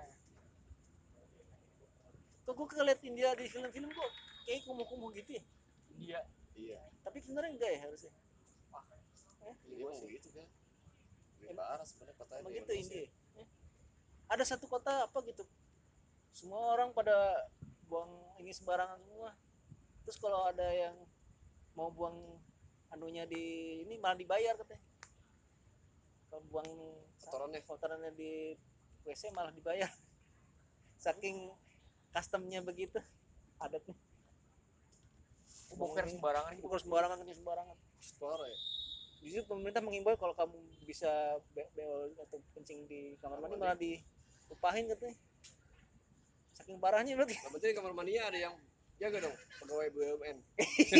A: Kok gue ngeliat India di film-film kok kayak kumuh-kumuh gitu ya?
C: India.
B: Iya.
A: Tapi sebenarnya enggak ya harusnya.
C: Wah,
A: Eh,
B: Jadi emang begitu kan. Lebih parah sebenarnya kotanya
A: emang
B: di
A: gitu
B: Indonesia.
A: India. Eh, ada satu kota apa gitu? Semua orang pada buang ini sembarangan semua. Terus kalau ada yang mau buang anunya di ini malah dibayar katanya. Kalau buang
B: Kotorannya.
A: kotorannya di W C malah dibayar. Saking customnya begitu adatnya.
C: boker sembarangan gitu.
A: Bukan sembarangan, kencing sembarangan.
B: Parah ya.
A: Di situ pemerintah mengimbau kalau kamu bisa beol atau kencing di kamar mandi malah diupahin katanya. Saking parahnya berarti.
B: Nah, berarti di kamar mandinya ada yang jaga dong, pegawai B U M N.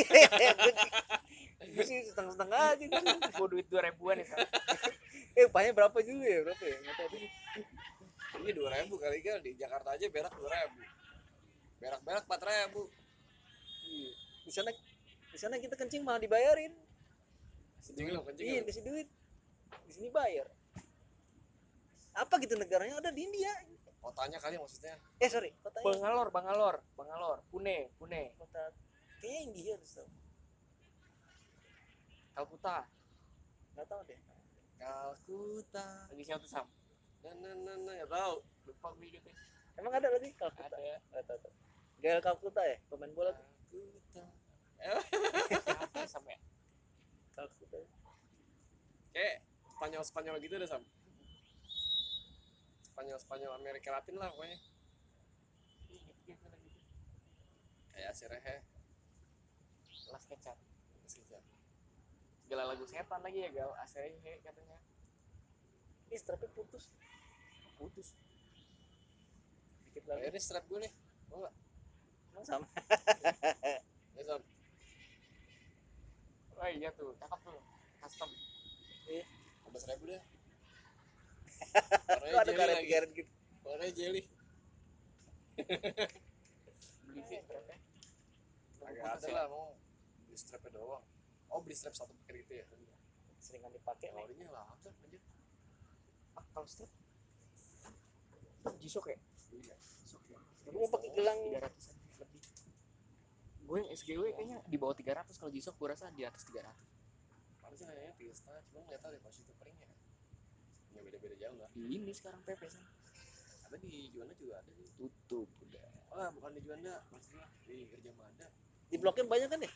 A: Gue sih setengah-setengah aja gitu.
C: Gue duit dua ribuan ya Sam.
A: Eh upahnya berapa dulu ya? Berapa ya? Nggak tahu deh.
B: Ini dua ribu kali kan, di Jakarta aja berak dua ribu. Berak-berak empat ribu.
A: Iya. Di sana di sana kita kencing malah dibayarin.
B: Kencing lo, kencing
A: Iya,
B: lo.
A: kasih duit. Di sini bayar. Apa gitu negaranya ada di India?
B: Kotanya kali maksudnya.
A: Eh sorry, kotanya
C: Bangalore, Bangalore, Bangalore, Pune, Pune,
A: kota kayaknya India harus tahu.
C: Kalkuta.
A: Nggak tahu deh.
B: Kalkuta.
C: Lagi siapa tuh Sam?
B: Nah, nah, nah, nah, ya tahu.
C: Lupa gue gitu.
A: Emang ada berarti Kalkuta?
C: Ada.
A: Nggak tahu. tahu. Gael Kalkuta ya, pemain bola tuh.
B: Kalkuta.
C: Siapa ya Sam ya?
A: Kalkuta.
B: Kayak Spanyol Spanyol gitu deh Sam. Spanyol Spanyol Amerika Latin lah pokoknya.
C: Ingat gitu lagi tuh.
B: Kayak si Rehe.
C: Las Kecap.
B: Sisa.
C: Segala lagu setan lagi ya gal. Aserehe katanya.
A: Ih, strapnya putus.
C: Putus.
A: Dikit
B: Oh,
A: lagi.
B: ini strap gue nih. Mau nggak?
A: Emang sama.
B: Ya Sam.
C: Oh iya tuh, cakep tuh. Custom.
A: Iya.
B: lima belas ribu deh.
A: Kok
B: Warnanya
A: ada
B: jelly lagi.
A: karet-karet gitu?
B: Warnanya jelly.
C: Beli sih strapnya.
B: Agak
C: Putus
B: ada
C: ya.
B: lah, mau beli strapnya doang. Oh beli strap satu paket gitu ya.
A: Seringan dipakai
B: Kalau
A: nih.
B: ininya lah ada anjir.
C: Ah, kalau strap G-Shock ya?
B: Iya, sok ya.
A: Gue mau pakai gelang
C: tiga ratusan lebih. Gue yang S G W kayaknya di bawah tiga ratus, kalau G-Shock gue rasa di atas tiga ratus.
B: Paling sih kayaknya tiga setengah, cuma nggak tahu deh pas itu paling ya. Ya beda-beda jauh lah.
C: Di ini sekarang P P kan
B: Ada di Juanda juga ada sih.
C: tutup udah.
B: Oh, bukan di Juanda, maksudnya di Kerja Mada.
A: di bloknya banyak kan ya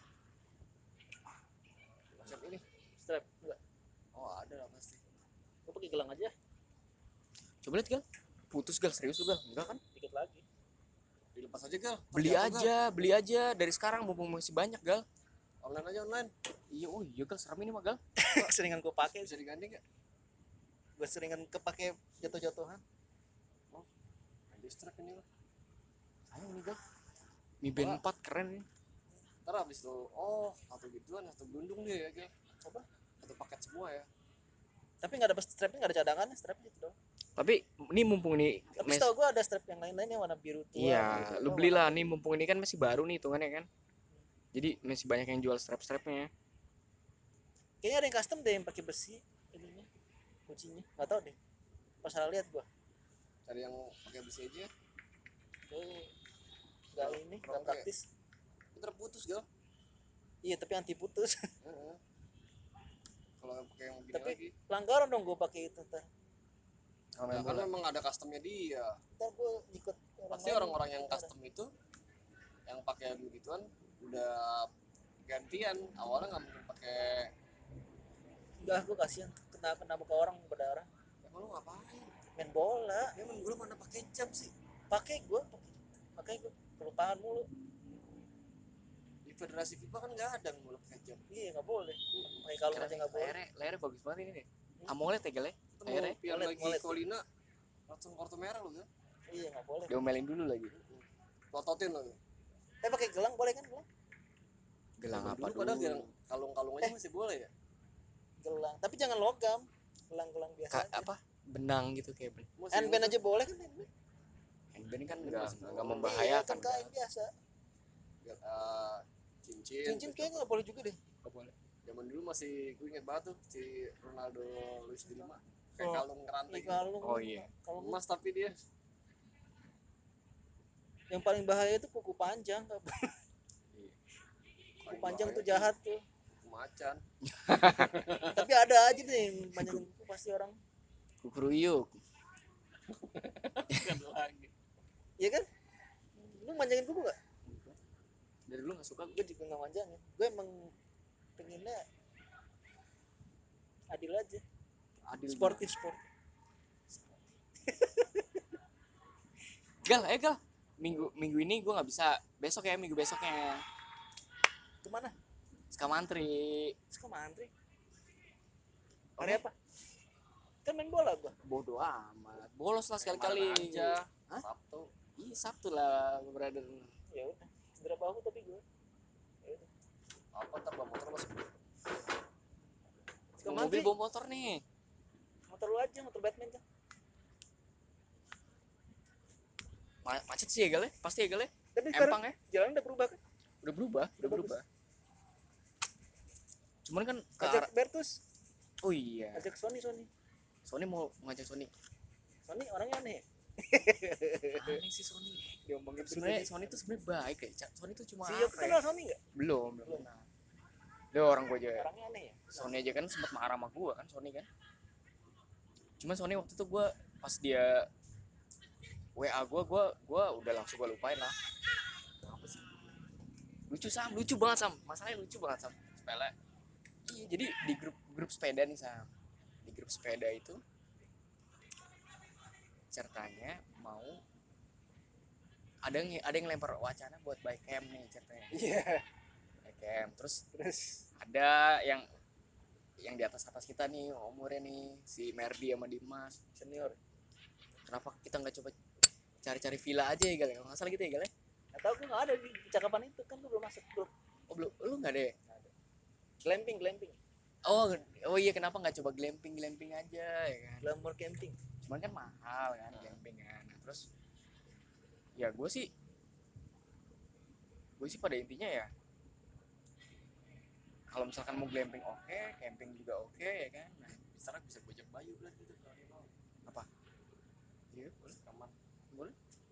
B: Macam ini.
A: strap enggak.
B: Oh, ada lah pasti.
A: Gue pakai gelang aja
C: Coba lihat gal, putus gal, serius lu gal? Enggak kan?
A: dikit lagi.
B: Dilepas aja gal.
C: Beli
B: Terjatuh,
C: aja, beli aja dari sekarang mumpung masih banyak gal.
B: Gal. Online aja online.
C: Iya, oh iya gal, serem ini mah gal.
A: Seringan gue pakai,
B: Bisa digandeng nggak?
A: gue seringan kepake jatuh-jatuhan.
B: Oh, ada strap ini lah.
C: Ayo nih gal, Mi Band empat keren nih.
B: Ntar abis itu, oh satu gituan, satu gundung dia ya gal.
A: Coba.
B: Satu paket semua ya.
A: Tapi nggak ada strapnya, nggak ada cadangannya, strapnya gitu doang.
C: Tapi ini mumpung nih
A: Tapi
C: mes-
A: setahu gue ada strap yang lain-lainnya warna biru tua.
C: iya,
A: biru
C: lu
A: tua,
C: belilah
A: warna
C: nih mumpung ini kan masih baru nih hitungannya kan. Jadi masih banyak yang jual strap-strapnya.
A: kayaknya ada yang custom deh yang pakai besi ininya kuncinya, nggak tahu deh pas salah lihat gua.
B: Cari yang pakai besi aja.
A: Kayaknya nggak
B: Kalau-
A: ini
B: kalau
A: nggak praktis.
B: Ntar putus gal.
A: Iya tapi anti putus.
B: Heeh. Kalau pakai yang begini
A: Tapi
B: lagi.
A: pelanggaran dong gua pakai itu ntar.
C: Kalau
B: Ya
C: main
B: kan
C: bola.
B: memang ada customnya dia.
A: Ntar gua ikut orang
B: Pasti
A: lain,
B: orang-orang yang
A: ada.
B: custom itu yang pakai begituan udah gantian. Awalnya nggak mungkin pakai.
A: Enggak, gua kasihan kena kena muka orang berdarah.
B: Emang lu ngapain?
A: Main bola,
B: Ya emang gue mana pakai jam sih?
A: pakai gua, pakai gua kelupaan mulu.
B: Di Federasi FIFA kan nggak ada yang boleh pakai jam.
A: Iya nggak boleh. Pakai kalung
C: Keren
A: aja
C: nih,
A: nggak boleh.
C: layarnya, layarnya bagus banget ini nih. AMOLED ya gal ya?
B: Itu mau
C: Layarnya
B: biar
A: Molet,
B: lagi
A: molet.
B: Kolina langsung kartu merah lu kan?
A: Iya nggak boleh.
C: diomelin dulu lagi.
B: Plototin lo.
A: Eh pakai gelang boleh kan gelang?
C: Gelang
B: Zaman
C: apa
B: dulu
C: dulu?
B: padahal gelang kalung-kalung aja
A: Eh.
B: masih boleh ya.
A: Gelang, tapi jangan logam. Gelang-gelang biasa
C: Ka-
A: aja.
C: apa? Benang gitu kayak ben.
B: Masih
A: Handband aja boleh kan handband?
C: Handband kan
B: Handband
C: enggak
B: masih
C: enggak
B: boleh.
A: Iya
C: membahayakan
A: kan kain
C: kan.
A: biasa.
B: Uh, cincin.
A: Cincin
B: terus
A: kayaknya
B: apa.
A: nggak boleh juga deh.
C: Enggak boleh.
B: Zaman dulu masih gue inget banget tuh si Ronaldo Luis di lima kayak
A: Oh,
B: kalung rantai
A: iya
B: gitu.
A: kalung.
C: Oh iya.
A: Kalung
B: Emas tapi dia.
A: yang paling bahaya itu kuku panjang. Kuku
B: Paling
A: panjang
B: bahaya
A: tuh jahat tuh.
B: kuku macan.
A: Tapi ada aja deh yang panjangin kuku pasti orang.
C: Kukuruyuk.
B: Kan lagi.
A: Iya kan? Lu manjangin kuku nggak?
C: Dari dulu enggak suka
A: Gue juga nggak manjangin. Gue emang pengennya adil aja.
C: adil.
A: Sportif sport.
C: Gal, eh gal. Minggu minggu ini gue nggak bisa. Besok ya, minggu besoknya.
A: Kemana?
C: Skamantri.
A: Sekarang mantri.
C: Oke.
A: Hari apa? Kan main bola gua.
C: Bodoh amat. Bolos lah
B: Kemarin
C: sekali-kali.
B: aja.
C: Hah?
B: Sabtu.
C: Iya Sabtu lah, brother.
A: Ya udah. Cedera bahu tapi gue. Ya udah.
B: Apa ntar bawa motor masuk.
A: Sekarang
C: Bawa mobil
A: mantri.
C: bawa motor nih.
A: Motor lu aja, motor Batman kan.
C: Ma- macet sih ya gal ya, pasti ya gal ya.
A: Tapi sekarang
C: Empang ya,
A: jalan udah berubah kan?
C: udah berubah, udah,
A: Udah bagus.
C: berubah. Cuman kan ke
A: Ajak
C: arah,
A: Bertus,
C: oh iya,
A: ajak Sony Sony.
C: Sony mau ngajak Sony.
A: Sony orangnya aneh.
C: Aneh sih Sony.
A: Diomongin terus
C: Sebenarnya
A: aja.
C: Sony tuh sebenarnya baik ya. Sony tuh cuma
A: Si
C: apa
A: Yopi
C: ya?
A: kenal Sony nggak?
C: Belum, belum
A: Belum.
C: kenal. Dia orang gue aja.
A: Orangnya aneh ya.
C: Sony aja kan sempat marah sama gue kan, Sony kan. Cuman Sony waktu itu gue pas dia W A gue, gue gue udah langsung gue lupain lah. Apa sih? Lucu Sam, lucu banget Sam. Masalahnya lucu banget Sam. Sepele. Iya, jadi di grup grup sepeda nih Sam. Di grup sepeda itu ceritanya mau ada yang ada yang lempar wacana buat bike camp nih ceritanya.
A: Iya.
C: Bike camp. Terus
A: Terus
C: ada yang yang di atas atas kita nih umurnya nih si Merdi sama Dimas
A: senior.
C: kenapa kita nggak coba cari-cari villa aja ya gal ya nggak salah gitu ya gal ya.
A: Nggak tahu gue nggak ada di percakapan itu kan gue belum masuk grup.
C: Oh belum, lu nggak ada ya?
A: Nggak ada. Glamping, glamping.
C: Oh oh iya kenapa nggak coba glamping glamping aja ya kan.
A: Glamour camping.
C: Cuman kan mahal kan glamping kan. Nah, terus ya gue sih gue sih pada intinya ya kalau misalkan mau glamping oke okay, camping juga oke okay, ya kan. Nah
B: Sekarang bisa gue ajak Bayu lah gitu kalau dia mau.
C: apa iya boleh
B: Rekaman.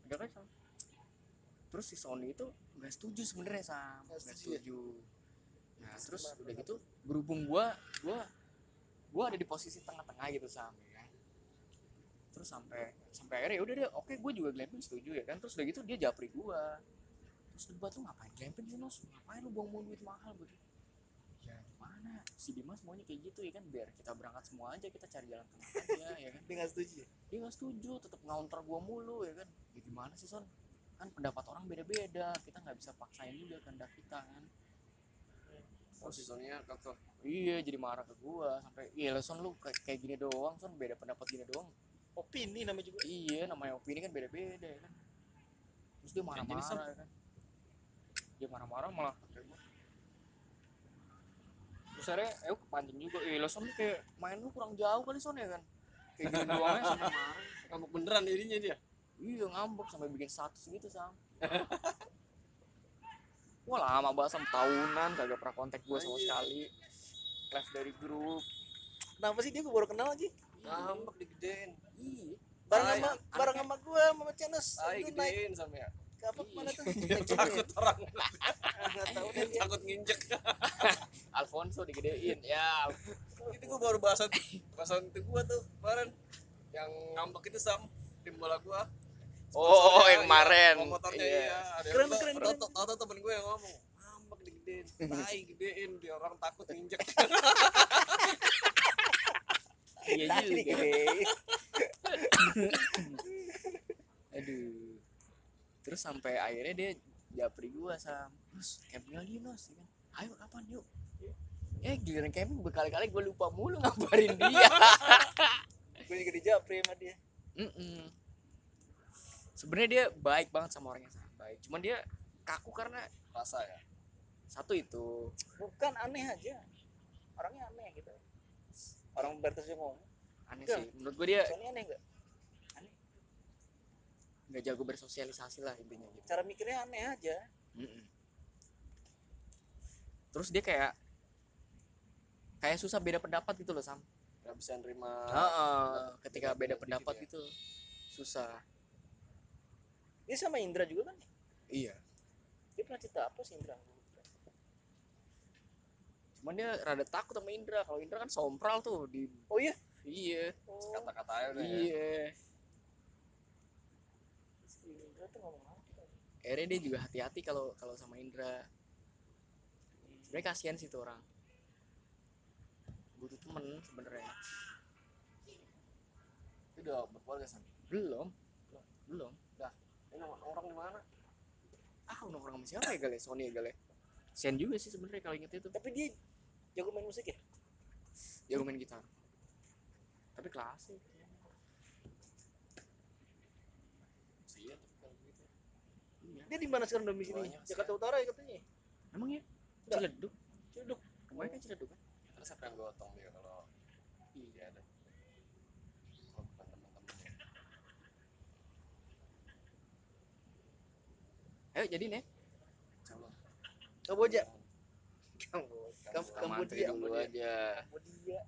C: Udah kan Sam. Terus si Sony itu nggak setuju sebenarnya Sam,
B: Nggak
C: nggak
B: setuju ya?
C: setuju. Nah terus udah gitu berhubung gua gua gua ada di posisi tengah-tengah gitu Sam ya kan. Terus sampai sampai akhirnya ya udah deh oke gue juga glamping setuju ya kan. Terus udah gitu dia japri gua, terus debat lu ngapain glamping sih Nos, ngapain lu buang-buang duit mahal gitu. Ya gimana si Dimas maunya kayak gitu ya kan, biar kita berangkat semua aja, kita cari jalan tengah aja ya kan.
A: Dia nggak setuju.
C: Dia nggak setuju, tetap ngaunter gua mulu ya kan. Ya gimana sih Son, kan pendapat orang beda-beda, kita nggak bisa paksain juga kehendak kita kan.
B: Oh, si Sonya kekeh.
C: Iya jadi marah ke gua sampai iya lah Son, lu kayak, kayak gini doang Son, beda pendapat gini doang.
A: Opini namanya juga.
C: Iya namanya opini kan beda-beda ya kan. Terus dia marah-marah ya kan, dia marah-marah malah kayak gua. Terus akhirnya eh kepancing juga, eh lah Son lu kayak main lu kurang jauh kali Son ya kan, kayak gini doang aja sampai marah.
B: Ngambek beneran jadinya dia.
C: Iya ngambek sampai bikin status gitu Sam. Wah lama banget Sam, tahunan kagak pernah kontak gua sama
B: Anjir.
C: sekali, left dari grup.
A: Kenapa sih dia gue baru kenal aja.
B: Ngambek digedein.
C: Iya
A: Bareng
B: Tai,
A: sama
C: anaknya-
A: bareng sama gue sama Cenes.
B: Tai
A: Itu naik
B: gedein sama ya.
A: ke apa kemana tuh?
B: Dia
A: Naik gunung ya?
B: takut orang.
A: Ah, nggak tahu deh dia.
B: Takut nginjek.
C: Alfonso digedein ya.
B: Itu gua baru bahasan bahasan itu gua tuh kemarin yang ngambek itu Sam tim bola gua.
C: Oh
B: Sponsornya,
C: yang kemarin
B: iya, motornya
C: iya.
B: iya. Ada
A: Keren,
B: yang
A: keren,
B: tahu
A: keren.
B: tahu temen gue yang ngomong ngambek digedein, tai gedein, dia orang takut nginjek.
C: Iya
A: Tadi
C: juga.
A: gede.
C: Aduh. Terus sampai akhirnya dia japri gua Sam, terus camping lagi Nos ya kan, ayo kapan yuk. Eh giliran camping berkali-kali gua lupa mulu ngabarin dia.
A: Gue juga dijapri sama dia.
C: Mm-mm. Sebenarnya dia baik banget sama orangnya Sam, baik, cuman dia kaku karena
B: Rasa ya.
C: satu itu
A: Bukan aneh aja. Orangnya aneh gitu. Orang berarti ngomong.
C: aneh
A: Enggak.
C: sih menurut gua, dia
A: Soalnya aneh enggak? Aneh.
C: nggak jago bersosialisasi lah intinya gitu.
A: Cara mikirnya aneh aja.
C: Mm-mm. Terus dia kayak kayak susah beda pendapat gitu loh Sam.
B: Gak bisa nerima.
C: Heeh, ketika beda
B: beda-beda
C: pendapat
B: dikit ya.
C: gitu susah.
A: Dia sama Indra juga kan?
C: Iya.
A: Dia pernah cerita apa sih Indra?
C: Cuman dia rada takut sama Indra. Kalau Indra kan sompral tuh di.
A: Oh iya?
C: Iya.
A: Oh.
B: Kata-katanya udah ya.
C: Iya.
A: Si Indra tuh ngomong apa?
C: Akhirnya dia juga hati-hati kalau kalau sama Indra. Sebenarnya kasihan sih tuh orang. Butuh temen sebenarnya.
B: Itu udah berkeluarga Sam.
C: Belum. Belum.
B: Dah. Ini orang di mana?
C: Ah, nongkrong sama siapa ya Gal ya? Sony ya Gal ya? Kasihan juga sih sebenarnya kalau inget itu.
A: Tapi dia jago main musik ya?
C: Jago main gitar. Tapi klasik.
B: Iya, tapi kalau gitu.
C: Iya.
A: Dia di mana sekarang domisilinya?
B: Jiwanya masih
A: Jakarta
B: ada.
A: Utara ya katanya.
C: Emang ya?
A: Enggak.
C: Ciledug.
A: Ciledug.
C: Rumahnya kan Ciledug kan?
B: Terus siapa yang gotong dia kalau iya ada. Kalau bukan teman-temannya.
C: Ayo jadi nih.
B: Coba.
A: Kamboja.
B: Kamboja.
A: Kam-
C: Kita mantri
A: Kambodia.
C: dulu aja.
A: Kambodia.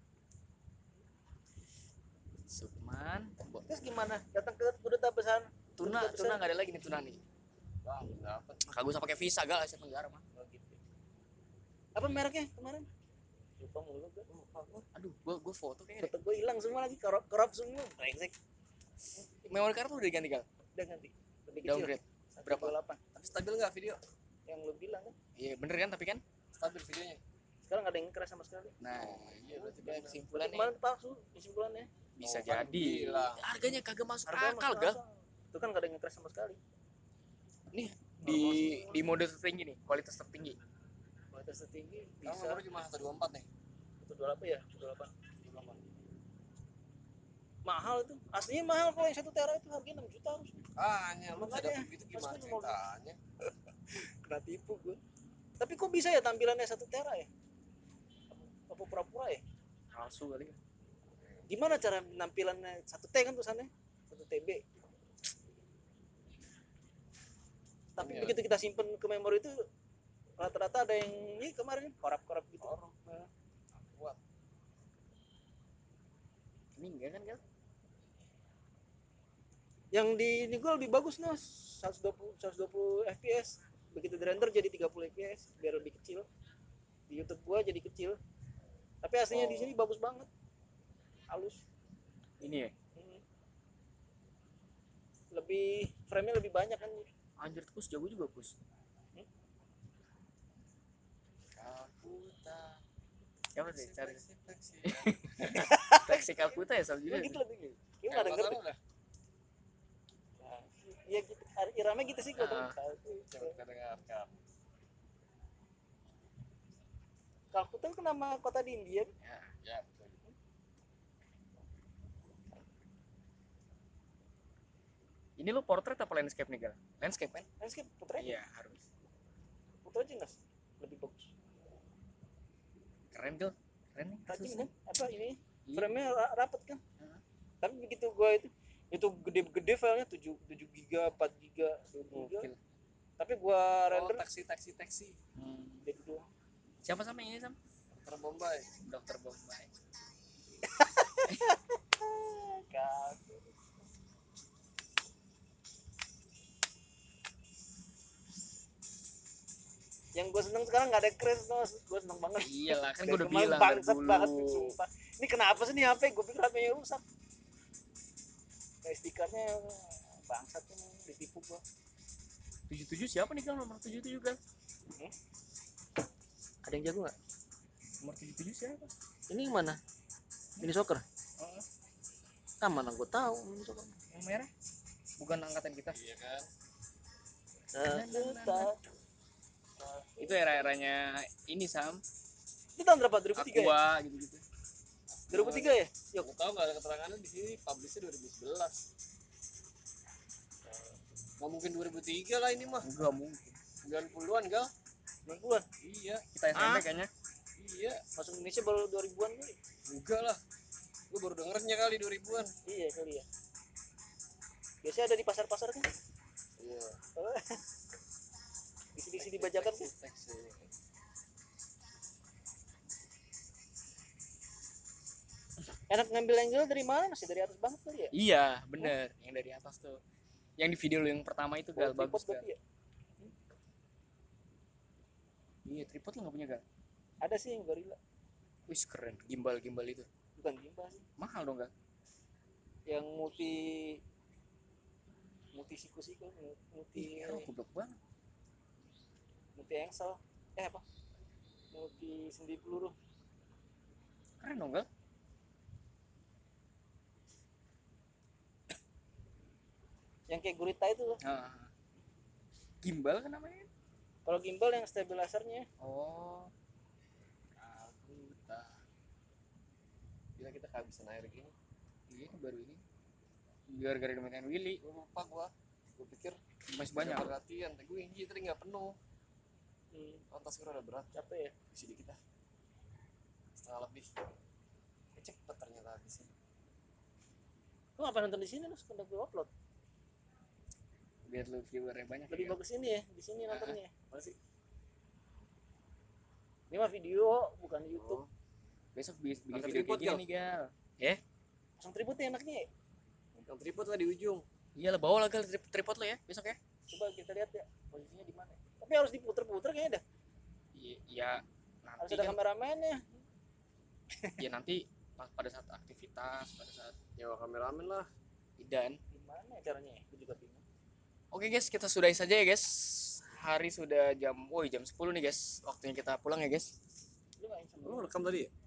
C: Sukman.
A: Terus gimana? Datang ke Duta Besar.
C: Tuna, tuna nggak ada lagi nih tuna nih.
B: Bang, dapat.
C: Kagak usah pakai visa gal Asia Tenggara mah.
A: Oh gitu. Apa mereknya kemarin? Lupa mulu gue. Lupa gue.
C: Aduh, gua gua foto kayaknya deh.
A: Foto gue hilang semua lagi, korup korup semua. Brengsek.
C: Memory card lu udah ganti gal.
A: Udah ganti. Lebih kecil.
C: Downgrade.
A: seratus
C: Berapa?
A: dua puluh delapan.
B: Tapi stabil nggak video?
A: Yang lu bilang kan.
C: Iya bener kan tapi kan.
B: Stabil videonya.
A: Sekarang nggak ada yang keras sama sekali.
C: Nah,
B: Iya, berarti
C: udah
B: bener.
C: kesimpulan
A: Berarti
C: nih.
A: kemarin palsu kesimpulannya.
C: Bisa
B: Oh, kan
C: jadi.
B: bilang.
C: Harganya kagak masuk
A: Harganya
C: akal
A: masuk
C: gal.
A: akal. Itu kan nggak ada yang keras sama sekali.
C: Nih di di mode tertinggi nih, kualitas tertinggi.
A: Kualitas tertinggi
B: Kan
A: bisa
B: nomornya cuma seratus dua puluh empat nih.
A: seratus dua puluh delapan ya, seratus dua puluh delapan.
B: seratus dua puluh delapan.
A: Mahal itu. Aslinya mahal kalau yang satu tera itu harganya enam juta harusnya.
B: Ah, hanya lu bisa
A: Makanya,
B: dapet gitu gimana
A: maksudnya nomor-
B: ceritanya?
A: Kena tipu gue. Tapi kok bisa ya tampilannya satu tera ya? Apa pura-pura ya?
C: Palsu kali.
A: Gimana cara penampilannya satu T kan tulisannya? satu T B. Tapi
B: Ini ya.
A: begitu kita simpen ke memori itu rata-rata ada yang ini kemarin korap-korap gitu.
B: Korup.
A: Nah,
B: Kuat.
C: Ini enggak kan gal?
A: Yang di ini gue lebih bagus Nos, seratus dua puluh seratus dua puluh F P S. Begitu di render jadi tiga puluh F P S biar lebih kecil. Di YouTube gua jadi kecil. Tapi aslinya di
B: Oh.
A: sini bagus banget. Halus.
C: Ini ya.
A: Hmm. Lebih frame-nya lebih banyak kan.
C: Anjir Kus, jago juga Kus.
A: Hmm?
B: Kalkuta.
C: Siapa sih cari
B: Fleksi, fleksi.
C: fleksi Kalkuta ya sama
A: Lu
C: juga.
A: gitu lah tuh. Lu
B: Kayak
A: enggak denger
B: masalah
A: deh.
B: dah.
A: Nah, iya gitu. Iramanya gitu sih gua tahu.
C: Ah.
B: Coba kita dengarkan.
A: Kalkuta kan nama kota di India.
C: Ya.
B: Ya, betul.
C: Ini lu portrait apa landscape nih Gal? Landscape kan?
A: Landscape putra aja.
C: Iya harus.
A: Putra aja Nas. Lebih bagus.
C: Keren Gal. Keren nih
A: Tajam
C: kasusnya.
A: kan? Apa ini?
C: Iya.
A: Frame-nya ra- rapet kan?
C: Heeh.
A: Tapi begitu gua itu itu gede-gede filenya tujuh tujuh giga, empat giga, dua giga.
C: Gokil.
A: Tapi gua
B: Oh,
A: render
B: taksi, taksi, taksi.
C: Hmm.
A: jadi doang.
C: Siapa sama ini Sam?
B: Dokter Bombay.
C: Dokter Bombay.
A: Kagak. Yang gue seneng sekarang nggak ada crash Nos, gue seneng banget.
C: Iyalah kan
A: Dari
C: gue udah
A: kemarin
C: bilang dari
A: bangsat
C: dulu.
A: banget nih sumpah. Ini kenapa sih nih H P? Gue pikir H P-nya rusak. S D card-nya bangsat nih, ditipu gue.
C: tujuh puluh tujuh siapa nih Gal nomor tujuh puluh tujuh Gal?
A: Hmm? Ada yang jago nggak?
C: Nomor tujuh puluh tujuh siapa?
A: Ini yang mana? Ini soccer?
C: Oh,
A: Ah mana gue tahu ini soccer.
C: yang merah. Bukan angkatan kita.
B: Iya kan?
A: Nah, kita.
C: Itu era-eranya ini Sam.
A: Itu tahun berapa? dua ribu tiga ya?
C: Aqua gitu-gitu.
A: dua ribu tiga ya? Yuk.
B: Gue tahu nggak ada keterangannya di sini. Publishnya dua ribu sebelas. Nggak mungkin dua ribu tiga lah ini mah.
C: Enggak mungkin.
B: sembilan puluhan gal.
A: sembilan puluhan.
B: Iya.
C: Kita S M P
A: Ah.
C: kayaknya.
B: Iya.
A: Masuk Indonesia baru dua ribuan kali.
B: Enggak lah. Gue baru dengernya kali dua ribuan.
A: Iya kali ya. Biasanya ada di pasar-pasar kan?
B: Iya.
A: Oh. Isi-isi dibajakan kan?
B: Taksi.
A: Enak ngambil angle dari mana? Masih dari atas banget kali ya?
C: Iya, bener. Yang dari atas tuh. Yang di video lu yang pertama itu Gal,
A: Oh, tripod
C: bagus Gal.
A: berarti ya?
C: Iya, tripod lu nggak punya Gal?
A: Ada sih yang gorilla.
C: Wih, keren. Gimbal-gimbal itu.
A: Bukan gimbal sih.
C: Mahal dong Gal.
A: Yang multi multi siku-siku, multi
C: Ih, orang goblok banget.
A: multi engsel. Eh apa? Multi sendi peluru.
C: Keren dong Gal.
A: Yang kayak gurita itu loh.
C: Nah, gimbal kan namanya?
A: Kalau gimbal yang stabilizernya.
C: Oh,
B: Kalkuta. Gila kita kehabisan air gini.
C: iya ini baru ini. Gara-gara dimainin Willy.
B: Gue lupa gue. Gue pikir
C: Masih
B: banyak
C: banyak.
B: perhatian. Tapi gue ini tadi nggak penuh.
A: Hmm,
B: Lantas gue udah berat.
A: capek ya?
B: Isi dikit dah. Setengah lebih. Eh, cepet ternyata habisnya.
A: Lu ngapain nonton di sini lu? Sekarang gue upload.
C: Biar lu viewernya banyak.
A: Lebih
C: ya.
A: bagus ini ya, di sini nontonnya.
B: Apa sih?
A: Ini mah video, bukan YouTube.
B: Oh.
C: Besok bi- bikin
B: Pakai
C: video
B: tripod,
C: kayak gini
B: Gal?
C: nih Gal. Ya?
A: Pasang tripodnya enaknya ya?
B: Yang tripod lah di ujung.
C: Iya lah, bawa lah Gal trip- tripod lo ya besok ya.
A: Coba kita lihat ya posisinya di mana. Tapi harus diputer-puter kayaknya dah.
C: Iya, ya,
A: Harus
C: nanti
A: ada
C: kan.
A: kameramennya.
C: Ya nanti pas pada saat aktivitas, pada saat
B: Nyawa kameramen lah.
C: idan.
A: Gimana ya caranya ya? Gue juga bingung.
C: Oke guys, kita sudahi saja ya guys. Hari sudah jam, woi jam sepuluh nih guys. Waktunya kita pulang ya guys.
A: Lu nggak insya
B: Lu rekam tadi ya?